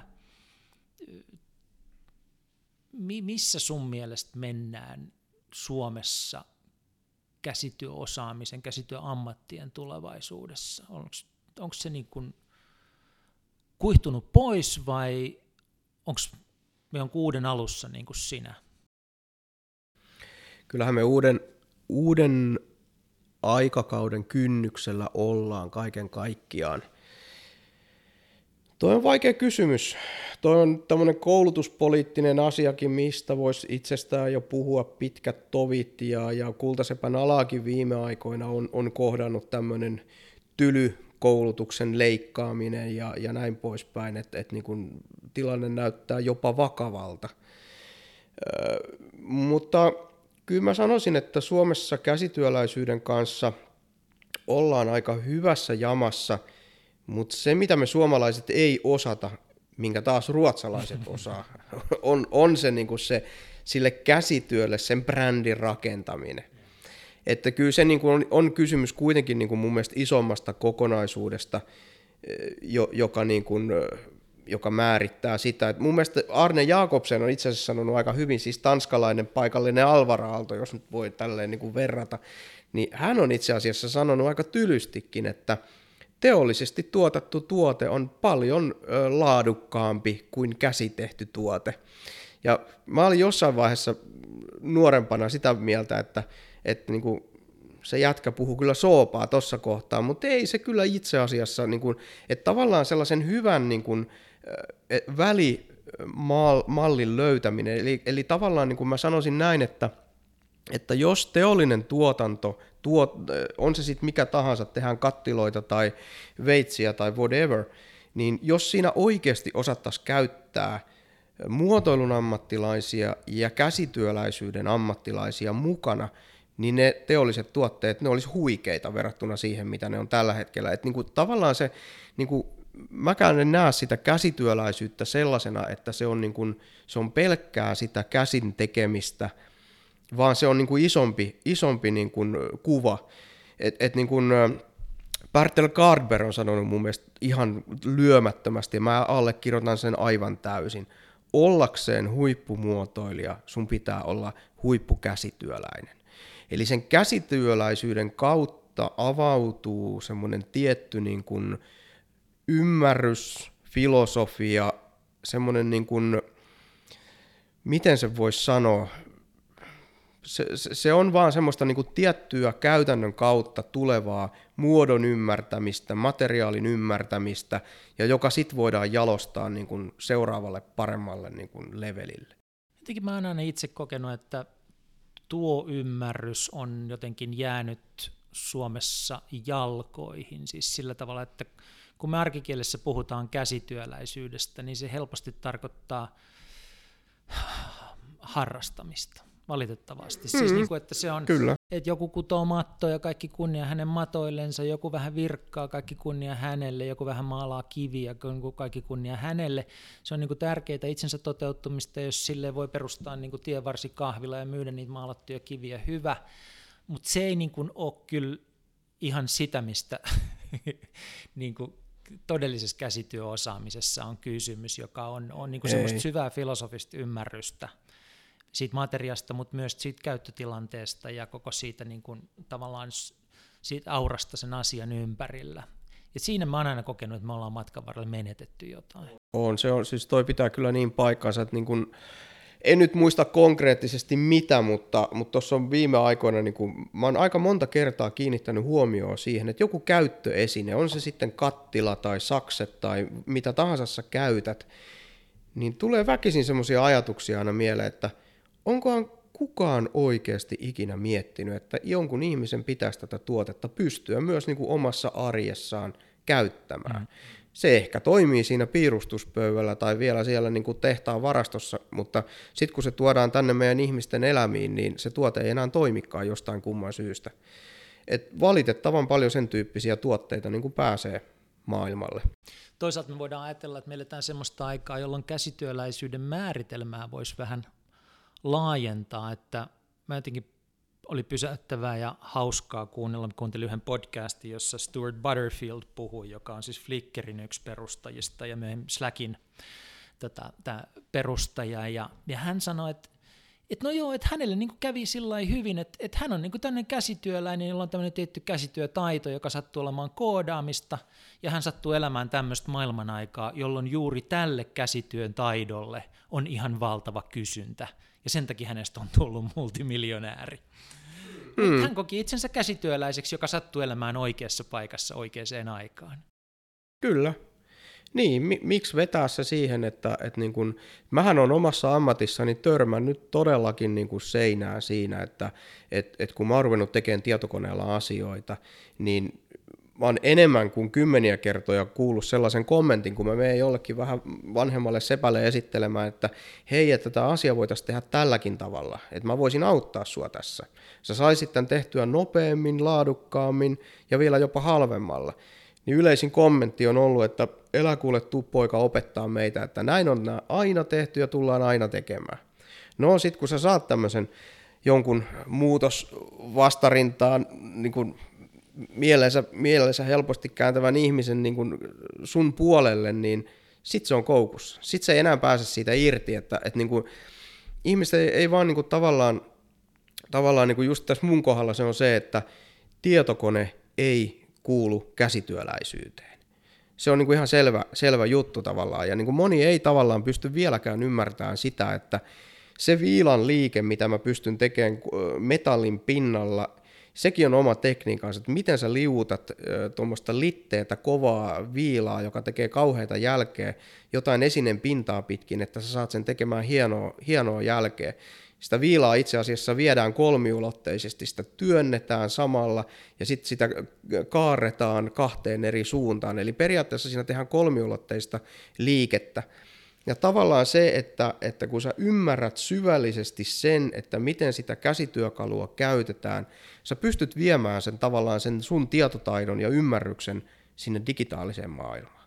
missä sun mielestä mennään Suomessa käsityöosaamisen, käsityöammattien tulevaisuudessa? Onko se niin kuin kuihtunut pois vai onko me on uuden alussa niin kuin sinä? Kyllähän me uuden aikakauden kynnyksellä ollaan kaiken kaikkiaan. Toi on vaikea kysymys. Toi on tämmöinen koulutuspoliittinen asiakin, mistä voisi itsestään jo puhua pitkät tovit, ja Kultasepän alaakin viime aikoina on kohdannut tämmöinen tylykoulutuksen leikkaaminen ja näin poispäin, että niin kun tilanne näyttää jopa vakavalta. Mutta kyllä mä sanoisin, että Suomessa käsityöläisyyden kanssa ollaan aika hyvässä jamassa, mutta se, mitä me suomalaiset ei osata, minkä taas ruotsalaiset osaa, on se, niin kuin se sille käsityölle, sen brändin rakentaminen. Että kyllä se niin kuin on kysymys kuitenkin niin kuin mun mielestä isommasta kokonaisuudesta, joka määrittää sitä. Et mun mielestä Arne Jacobsen on itse asiassa sanonut aika hyvin, siis tanskalainen paikallinen Alvar Aalto, jos nyt voi tälleen niin kuin verrata, niin hän on itse asiassa sanonut aika tylystikin, että teollisesti tuotettu tuote on paljon laadukkaampi kuin käsitehty tuote. Ja mä olin jossain vaiheessa nuorempana sitä mieltä, että niin kuin se jätkä puhuu kyllä soopaa tuossa kohtaa, mutta ei se kyllä itse asiassa, niin kuin, että tavallaan sellaisen hyvän niin kuin, välimallin löytäminen, eli tavallaan niin kuin mä sanoisin näin, että jos teollinen tuotanto, on se sitten mikä tahansa, tehdään kattiloita tai veitsiä tai whatever, niin jos siinä oikeasti osattaisiin käyttää muotoilun ammattilaisia ja käsityöläisyyden ammattilaisia mukana, niin ne teolliset tuotteet, ne olisi huikeita verrattuna siihen, mitä ne on tällä hetkellä. Että niinku, tavallaan se, niinku, mäkään en näe sitä käsityöläisyyttä sellaisena, että se on pelkkää sitä käsin tekemistä, vaan se on niinku isompi niinku kuva. Niinku, Bertel Gardberg on sanonut mun mielestä ihan lyömättömästi, ja mä allekirjoitan sen aivan täysin. Ollakseen huippumuotoilija sun pitää olla huippukäsityöläinen. Eli sen käsityöläisyyden kautta avautuu semmoinen tietty niin kuin ymmärrys, filosofia, semmoinen niin kuin miten se voisi sanoa, se on vaan semmoista niin kuin tiettyä käytännön kautta tulevaa muodon ymmärtämistä, materiaalin ymmärtämistä, ja joka sitten voidaan jalostaa niin kuin seuraavalle paremmalle niin kuin levelille. Jotenkin mä oon aina itse kokenut, että tuo ymmärrys on jotenkin jäänyt Suomessa jalkoihin, siis sillä tavalla, että kun me arkikielessä puhutaan käsityöläisyydestä, niin se helposti tarkoittaa harrastamista, valitettavasti. Siis niin kuin, että se on, Kyllä. että joku kutoo mattoja, kaikki kunnia hänen matoillensa, joku vähän virkkaa, kaikki kunnia hänelle, joku vähän maalaa kiviä, kaikki kunnia hänelle. Se on niin kuin tärkeää itsensä toteuttamista, jos sille voi perustaa niin kuin tienvarsikahvila ja myydä niitä maalattuja kiviä, hyvä. Mutta se ei niin kuin ole kyllä ihan sitä, mistä niin kuin todellisessa käsityöosaamisessa on kysymys, joka on niin kuin semmoista syvää filosofista ymmärrystä siitä materiasta, mutta myös siitä käyttötilanteesta ja koko siitä niin kuin, tavallaan siitä aurasta sen asian ympärillä. Ja siinä mä oon aina kokenut, että me ollaan matkan varrella menetetty jotain. Siis toi pitää kyllä niin paikkansa, että niin kuin, en nyt muista konkreettisesti mitä, mutta tuossa on viime aikoina, niin kuin, mä oon aika monta kertaa kiinnittänyt huomioon siihen, että joku käyttöesine, on se sitten kattila tai sakset tai mitä tahansa sä käytät, niin tulee väkisin semmoisia ajatuksia aina mieleen, että onkohan kukaan oikeasti ikinä miettinyt, että jonkun ihmisen pitäisi tätä tuotetta pystyä myös niin kuin omassa arjessaan käyttämään. Se ehkä toimii siinä piirustuspöydällä tai vielä siellä niin kuin tehtaan varastossa, mutta sitten kun se tuodaan tänne meidän ihmisten elämiin, niin se tuote ei enää toimikaan jostain kumman syystä. Et valitettavan paljon sen tyyppisiä tuotteita niin kuin pääsee maailmalle. Toisaalta me voidaan ajatella, että me eletään semmoista aikaa, jolloin käsityöläisyyden määritelmää voisi vähän laajentaa, että mä jotenkin oli pysäyttävää ja hauskaa kuunnella. Kuuntelin yhden podcastin, jossa Stuart Butterfield puhui, joka on siis Flickerin yksi perustajista ja myöhemmin Slackin perustaja. Ja hän sanoi, että no joo, että hänelle niin kuin kävi sillä hyvin, että hän on niin kuin tämmöinen käsityöläinen, jolla on tämmöinen tietty käsityötaito, joka sattuu olemaan koodaamista, ja hän sattuu elämään tämmöistä maailmanaikaa, jolloin juuri tälle käsityön taidolle on ihan valtava kysyntä. Ja sen takia hänestä on tullut multimiljonääri. Hän koki itsensä käsityöläiseksi, joka sattuu elämään oikeassa paikassa oikeaan aikaan. Kyllä. Niin, miksi vetää se siihen, että niin kun, mähän on omassa ammatissani törmännyt todellakin niin kun seinään siinä, että kun mä oon ruvennut tekemään tietokoneella asioita, niin mä oon enemmän kuin 10 kertoja kuullut sellaisen kommentin, kun mä menen jollekin vähän vanhemmalle sepälle esittelemään, että hei, että tämä asia voitaisiin tehdä tälläkin tavalla, että mä voisin auttaa sua tässä. Sä saisit tämän tehtyä nopeammin, laadukkaammin ja vielä jopa halvemmalla. Niin yleisin kommentti on ollut, että elä kuule, tuu poika opettaa meitä, että näin on nämä aina tehty ja tullaan aina tekemään. No sit kun sä saat tämmöisen jonkun muutosvastarintaan niin kuin mielensä helposti kääntävän ihmisen niin kuin sun puolelle, niin sit se on koukussa. Sit se ei enää pääse siitä irti, että niin kuin, ihmiset ei vaan niin kuin tavallaan niin kuin just tässä mun kohdalla se on se, että tietokone ei kuulu käsityöläisyyteen. Se on niin kuin ihan selvä juttu tavallaan, ja niin kuin moni ei tavallaan pysty vieläkään ymmärtämään sitä, että se viilan liike, mitä mä pystyn tekemään metallin pinnalla, sekin on oma tekniikansa, että miten sä liuutat tuommoista litteetä, kovaa viilaa, joka tekee kauheita jälkeä jotain esineen pintaa pitkin, että sä saat sen tekemään hienoa jälkeä. Sitä viilaa itse asiassa viedään kolmiulotteisesti, sitä työnnetään samalla ja sitten sitä kaarretaan 2 eri suuntaan. Eli periaatteessa siinä tehdään kolmiulotteista liikettä. Ja tavallaan se, että kun sä ymmärrät syvällisesti sen, että miten sitä käsityökalua käytetään, sä pystyt viemään sen tavallaan sen sun tietotaidon ja ymmärryksen sinne digitaaliseen maailmaan.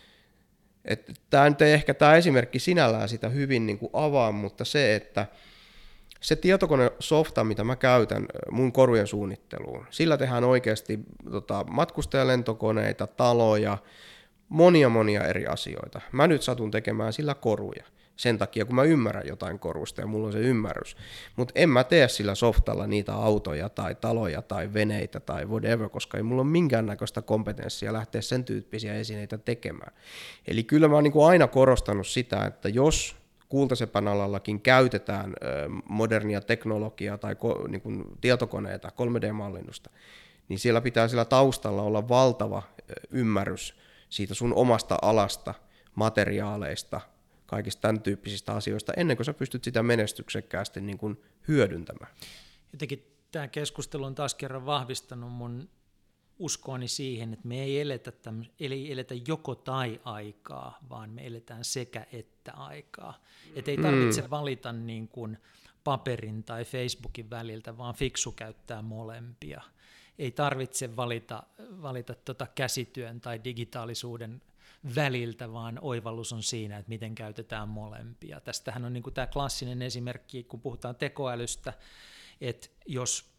Tämä nyt ei ehkä tämä esimerkki sinällään sitä hyvin niin kuin avaa, mutta se, että se tietokonesofta, mitä mä käytän mun korujen suunnitteluun, sillä tehdään oikeasti matkustajalentokoneita, taloja, monia eri asioita. Mä nyt satun tekemään sillä koruja. Sen takia, kun mä ymmärrän jotain korusta ja mulla on se ymmärrys. Mutta en mä tee sillä softalla niitä autoja tai taloja tai veneitä tai whatever, koska ei mulla ole minkäännäköistä kompetenssia lähteä sen tyyppisiä esineitä tekemään. Eli kyllä mä oon niin kuin aina korostanut sitä, että jos kultasepän alallakin käytetään modernia teknologiaa tai niin kuin tietokoneita, 3D-mallinnusta, niin siellä pitää sillä taustalla olla valtava ymmärrys siitä sun omasta alasta, materiaaleista, kaikista tämän tyyppisistä asioista, ennen kuin sä pystyt sitä menestyksekkäästi niin kuin hyödyntämään. Jotenkin tämä keskustelu on taas kerran vahvistanut mun uskoani siihen, että me ei eletä joko tai aikaa, vaan me eletään sekä että aikaa. Että ei tarvitse valita niin kuin paperin tai Facebookin väliltä, vaan fiksu käyttää molempia. Ei tarvitse valita käsityön tai digitaalisuuden väliltä, vaan oivallus on siinä, että miten käytetään molempia. Tästähän on niin kuin tämä klassinen esimerkki, kun puhutaan tekoälystä, että jos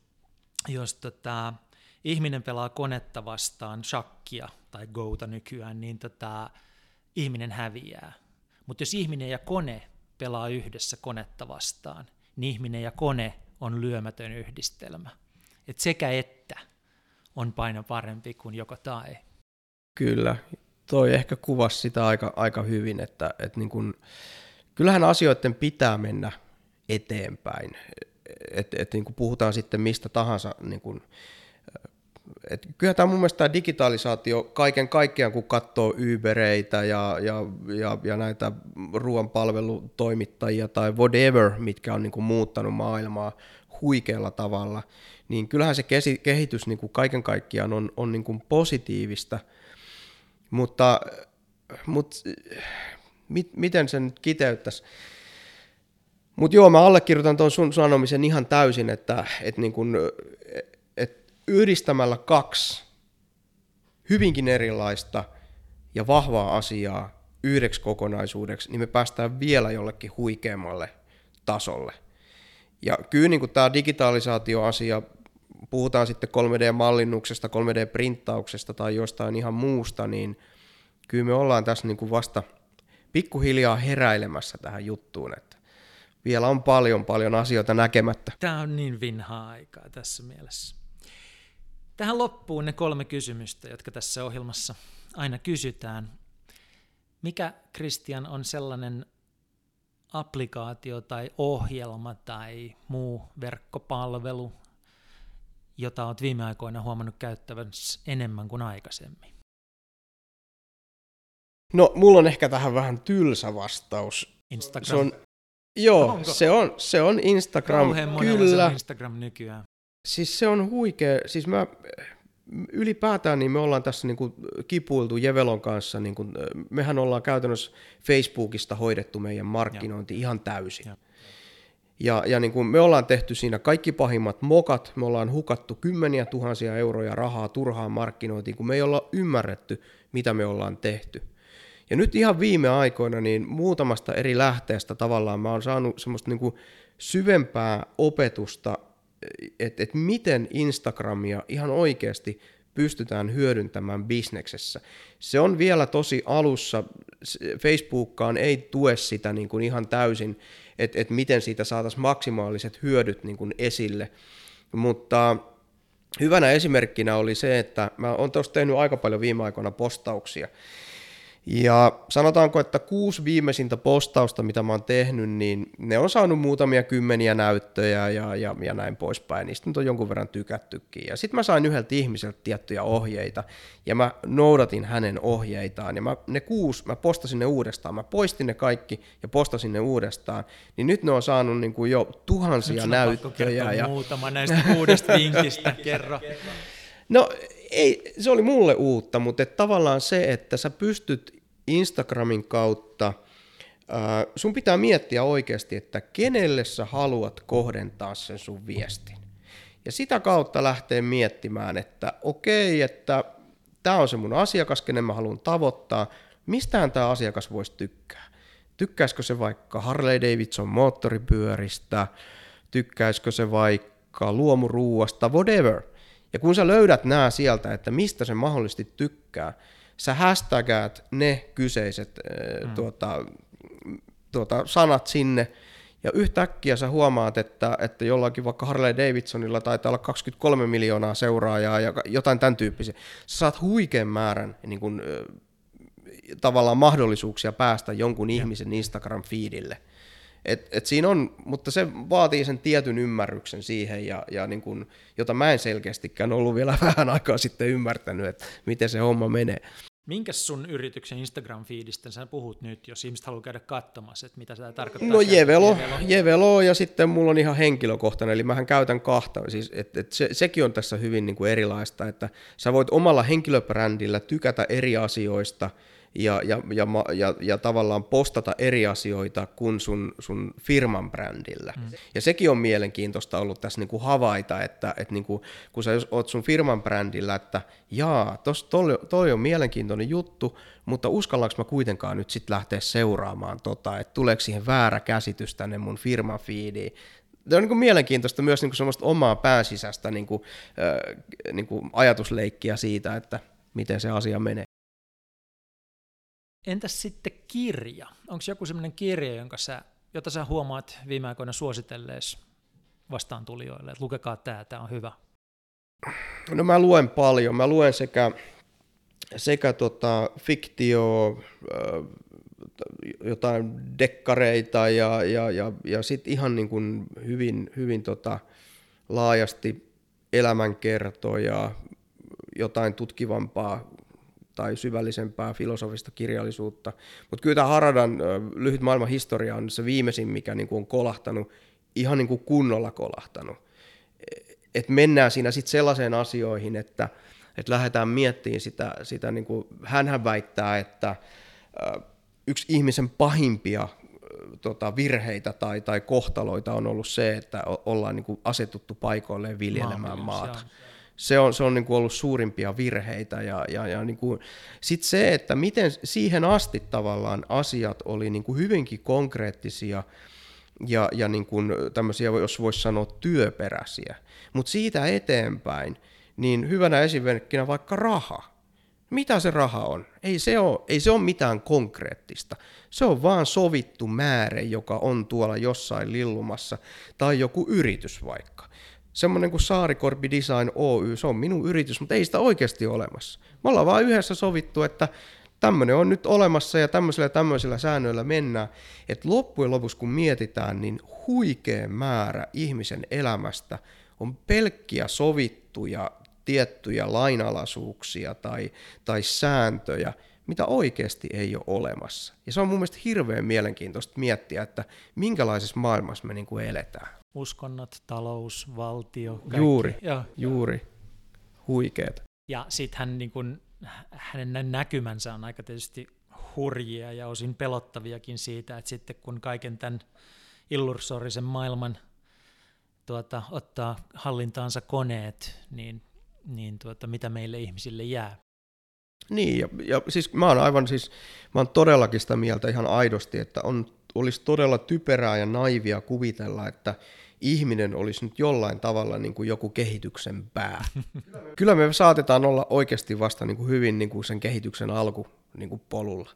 ihminen pelaa konetta vastaan shakkia tai gouta nykyään, niin ihminen häviää. Mutta jos ihminen ja kone pelaa yhdessä konetta vastaan, niin ihminen ja kone on lyömätön yhdistelmä. Et sekä että on paino parempi kuin joko tai. Kyllä, toi ehkä kuvasi sitä aika hyvin, että niin kun, kyllähän asioiden pitää mennä eteenpäin. Et niin kun puhutaan sitten mistä tahansa, niin kun, kyllä tämä mun mielestä tämä digitalisaatio kaiken kaikkiaan, kun katsoo Ubereitä ja näitä ruoanpalvelutoimittajia tai whatever, mitkä on niin kuin muuttanut maailmaa huikealla tavalla, niin kyllähän se kehitys niin kuin kaiken kaikkiaan on niin kuin positiivista, mutta miten sen nyt kiteyttäisi? Mutta joo, mä allekirjoitan tuon sun sanomisen ihan täysin, että niin kuin, yhdistämällä kaksi hyvinkin erilaista ja vahvaa asiaa yhdeksi kokonaisuudeksi, niin me päästään vielä jollekin huikeammalle tasolle. Ja kyllä niin kuin tämä digitalisaatioasia, puhutaan sitten 3D-mallinnuksesta, 3D-printtauksesta tai jostain ihan muusta, niin kyllä me ollaan tässä niin kuin vasta pikkuhiljaa heräilemässä tähän juttuun, että vielä on paljon asioita näkemättä. Tämä on niin vinhaa aikaa tässä mielessä. Tähän loppuun ne 3 kysymystä, jotka tässä ohjelmassa aina kysytään. Mikä, Kristian, on sellainen applikaatio tai ohjelma tai muu verkkopalvelu, jota olet viime aikoina huomannut käyttävänsä enemmän kuin aikaisemmin? No, mulla on ehkä tähän vähän tylsä vastaus. Instagram. Se on Instagram, kauhean kyllä. On Instagram nykyään. Siis se on huikea, siis ylipäätään niin me ollaan tässä niin kuin kipuiltu Jevelon kanssa, niin kuin, mehän ollaan käytännössä Facebookista hoidettu meidän markkinointi ihan täysin. Ja niin kuin me ollaan tehty siinä kaikki pahimmat mokat, me ollaan hukattu 10 000 euroja rahaa turhaan markkinointiin, kun me ei olla ymmärretty, mitä me ollaan tehty. Ja nyt ihan viime aikoina niin muutamasta eri lähteestä tavallaan mä oon saanut semmoista niin kuin syvempää opetusta, että miten Instagramia ihan oikeasti pystytään hyödyntämään bisneksessä. Se on vielä tosi alussa, Facebookkaan ei tue sitä niin kuin ihan täysin, että miten siitä saataisiin maksimaaliset hyödyt niin kuin esille, mutta hyvänä esimerkkinä oli se, että mä oon tuossa tehnyt aika paljon viime aikoina postauksia, ja sanotaanko, että 6 viimeisintä postausta, mitä mä oon tehnyt, niin ne on saanut muutamia kymmeniä näyttöjä ja näin poispäin. Niistä nyt on jonkun verran tykättykin. Ja sitten mä sain yhdeltä ihmiseltä tiettyjä ohjeita, ja mä noudatin hänen ohjeitaan. Ja ne 6, mä postasin ne uudestaan. Mä poistin ne kaikki ja postasin ne uudestaan. Niin nyt ne on saanut niin kuin jo tuhansia näyttöjä. Ja muutama näistä 6 vinkistä, kerro. No ei, se oli mulle uutta, mutta tavallaan se, että sä pystyt Instagramin kautta, sun pitää miettiä oikeasti, että kenelle sä haluat kohdentaa sen sun viestin. Ja sitä kautta lähtee miettimään, että okei, että tää on se mun asiakas, kenen mä haluan tavoittaa, mistähän tää asiakas voisi tykkää. Tykkäisikö se vaikka Harley Davidson moottoripyöristä, tykkäisikö se vaikka luomuruuasta, whatever. Ja kun sä löydät nää sieltä, että mistä se mahdollisesti tykkää, sä hashtagaat ne kyseiset sanat sinne, ja yhtäkkiä sä huomaat, että jollakin vaikka Harley Davidsonilla taitaa olla 23 miljoonaa seuraajaa ja jotain tämän tyyppisiä. Sä saat huikean määrän niin kun, tavallaan mahdollisuuksia päästä jonkun ihmisen Instagram-feedille. Et siinä on, mutta se vaatii sen tietyn ymmärryksen siihen, ja niin kun, jota mä en selkeästikään ollut vielä vähän aikaa sitten ymmärtänyt, että miten se homma menee. Minkäs sun yrityksen Instagram-feedistä sä puhut nyt, jos ihmiset haluaa käydä katsomassa, että mitä tämä tarkoittaa? No Jevelo, ja sitten mulla on ihan henkilökohtainen, eli mähän käytän kahta. Siis, sekin on tässä hyvin niin kuin erilaista, että sä voit omalla henkilöbrändillä tykätä eri asioista, ja tavallaan postata eri asioita kuin sun firman brändillä. Ja sekin on mielenkiintoista ollut tässä niin kuin havaita, että niin kuin, kun sä oot sun firman brändillä, että toi on mielenkiintoinen juttu, mutta uskallanko mä kuitenkaan nyt sit lähteä seuraamaan että tuleeko siihen väärä käsitys tänne mun firman feediin. Se on niin kuin mielenkiintoista myös niin kuin semmoista omaa pääsisäistä niin kuin ajatusleikkiä siitä, että miten se asia menee. Entäs sitten kirja? Onko joku sellainen kirja, jota sä huomaat viime aikoina suositellees vastaantulijoille, että lukekaa tämä on hyvä? No mä luen paljon. Mä luen sekä fiktio, jotain dekkareita ja sitten ihan niin kuin hyvin laajasti elämänkertoja, jotain tutkivampaa tai syvällisempää filosofista kirjallisuutta. Mutta kyllä tämä Haradan lyhyt maailman historia on se viimeisin, mikä niinku on kolahtanut, ihan niinku kunnolla kolahtanut. Et mennään siinä sitten sellaiseen asioihin, että lähdetään miettimään sitä niinku, hänhän väittää, että yksi ihmisen pahimpia virheitä tai kohtaloita on ollut se, että ollaan niinku asetuttu paikoilleen viljelemään maata. Se on niin kuin ollut suurimpia virheitä, ja niin kuin, sit se, että miten siihen asti tavallaan asiat oli niin kuin hyvinkin konkreettisia ja niin kuin tämmöisiä, jos voisi sanoa, työperäisiä, mutta siitä eteenpäin, niin hyvänä esimerkkinä vaikka raha. Mitä se raha on? Ei se ole mitään konkreettista. Se on vaan sovittu määrä, joka on tuolla jossain lillumassa, tai joku yritys vaikka. Semmoinen kuin Saarikorpi Design Oy, se on minun yritys, mutta ei sitä oikeasti ole olemassa. Me ollaan vaan yhdessä sovittu, että tämmöinen on nyt olemassa ja tämmöisillä säännöillä mennään. Että loppujen lopuksi kun mietitään, niin huikea määrä ihmisen elämästä on pelkkiä sovittuja tiettyjä lainalaisuuksia tai sääntöjä, mitä oikeasti ei ole olemassa. Ja se on mun mielestä hirveän mielenkiintoista miettiä, että minkälaisessa maailmassa me niin kuin eletään. Uskonnot, talous, valtio, kaikki. Juuri. Huikeeta. Ja sitten hänen näkymänsä on aika tietysti hurjia ja osin pelottaviakin siitä, että sitten kun kaiken tämän illusorisen maailman ottaa hallintaansa koneet, niin mitä meille ihmisille jää. Niin, ja siis mä oon todellakin sitä mieltä ihan aidosti, että olisi todella typerää ja naivia kuvitella, että ihminen olisi nyt jollain tavalla niin kuin joku kehityksen pää. Kyllä me saatetaan olla oikeasti vasta niin kuin hyvin niin kuin sen kehityksen alku niin kuin polulla.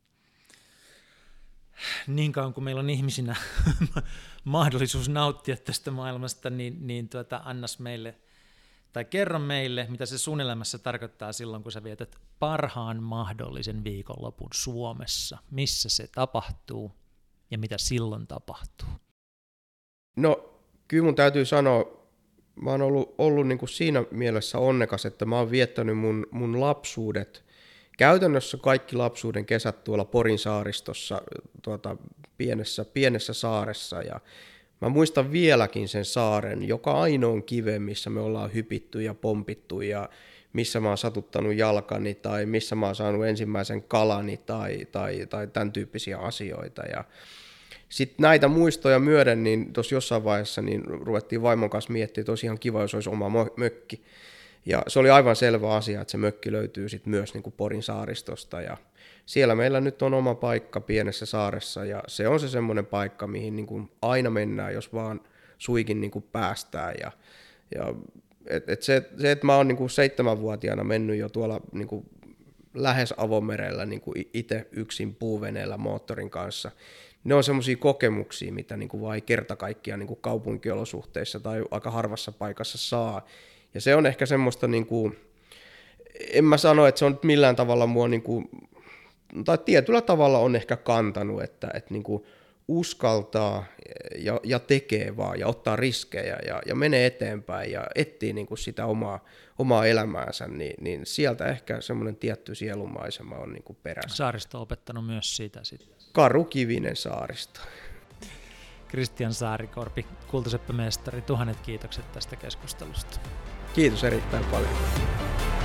Niin kauan kuin meillä on ihmisinä mahdollisuus nauttia tästä maailmasta, niin annas meille tai kerro meille, mitä se sun elämässä tarkoittaa silloin, kun sä vietät parhaan mahdollisen viikonlopun Suomessa. Missä se tapahtuu ja mitä silloin tapahtuu? No, kyllä mun täytyy sanoa, mä oon ollut niin kuin siinä mielessä onnekas, että mä oon viettänyt mun lapsuudet, käytännössä kaikki lapsuuden kesät tuolla Porin saaristossa, pienessä saaressa, ja mä muistan vieläkin sen saaren, joka ainoan kiven, missä me ollaan hypitty ja pompittu ja missä mä oon satuttanut jalkani tai missä mä oon saanut ensimmäisen kalani tai tämän tyyppisiä asioita. Ja sitten näitä muistoja myöden, niin tuossa jossain vaiheessa niin ruvettiin vaimon kanssa miettimään, että olisi ihan kiva, jos olisi oma mökki. Ja se oli aivan selvä asia, että se mökki löytyy sitten myös niin kuin Porin saaristosta ja siellä meillä nyt on oma paikka pienessä saaressa ja se on se semmoinen paikka, mihin niin kuin aina mennään, jos vaan suikin niin kuin päästään. Se, että mä oon niin kuin 7-vuotiaana mennyt jo tuolla niin kuin lähes avomerellä niin kuin itse yksin puuveneellä moottorin kanssa, ne on semmoisia kokemuksia, mitä niin kuin vaan ei kerta kaikkiaan niin kuin kaupunkiolosuhteissa tai aika harvassa paikassa saa. Ja se on ehkä semmoista, niin kuin, en mä sano, että se on millään tavalla mua niin kuin tai tietyllä tavalla on ehkä kantanut, että niin kuin uskaltaa ja tekee vaan ja ottaa riskejä ja menee eteenpäin ja etsii niin kuin sitä omaa elämäänsä, niin sieltä ehkä semmoinen tietty sielumaisema on niin kuin perässä. Saaristo on opettanut myös sitä sitten. Karukivinen saaristo. Kristian Saarikorpi, Kultaseppä-mestari, 1000 kiitokset tästä keskustelusta. Kiitos erittäin paljon.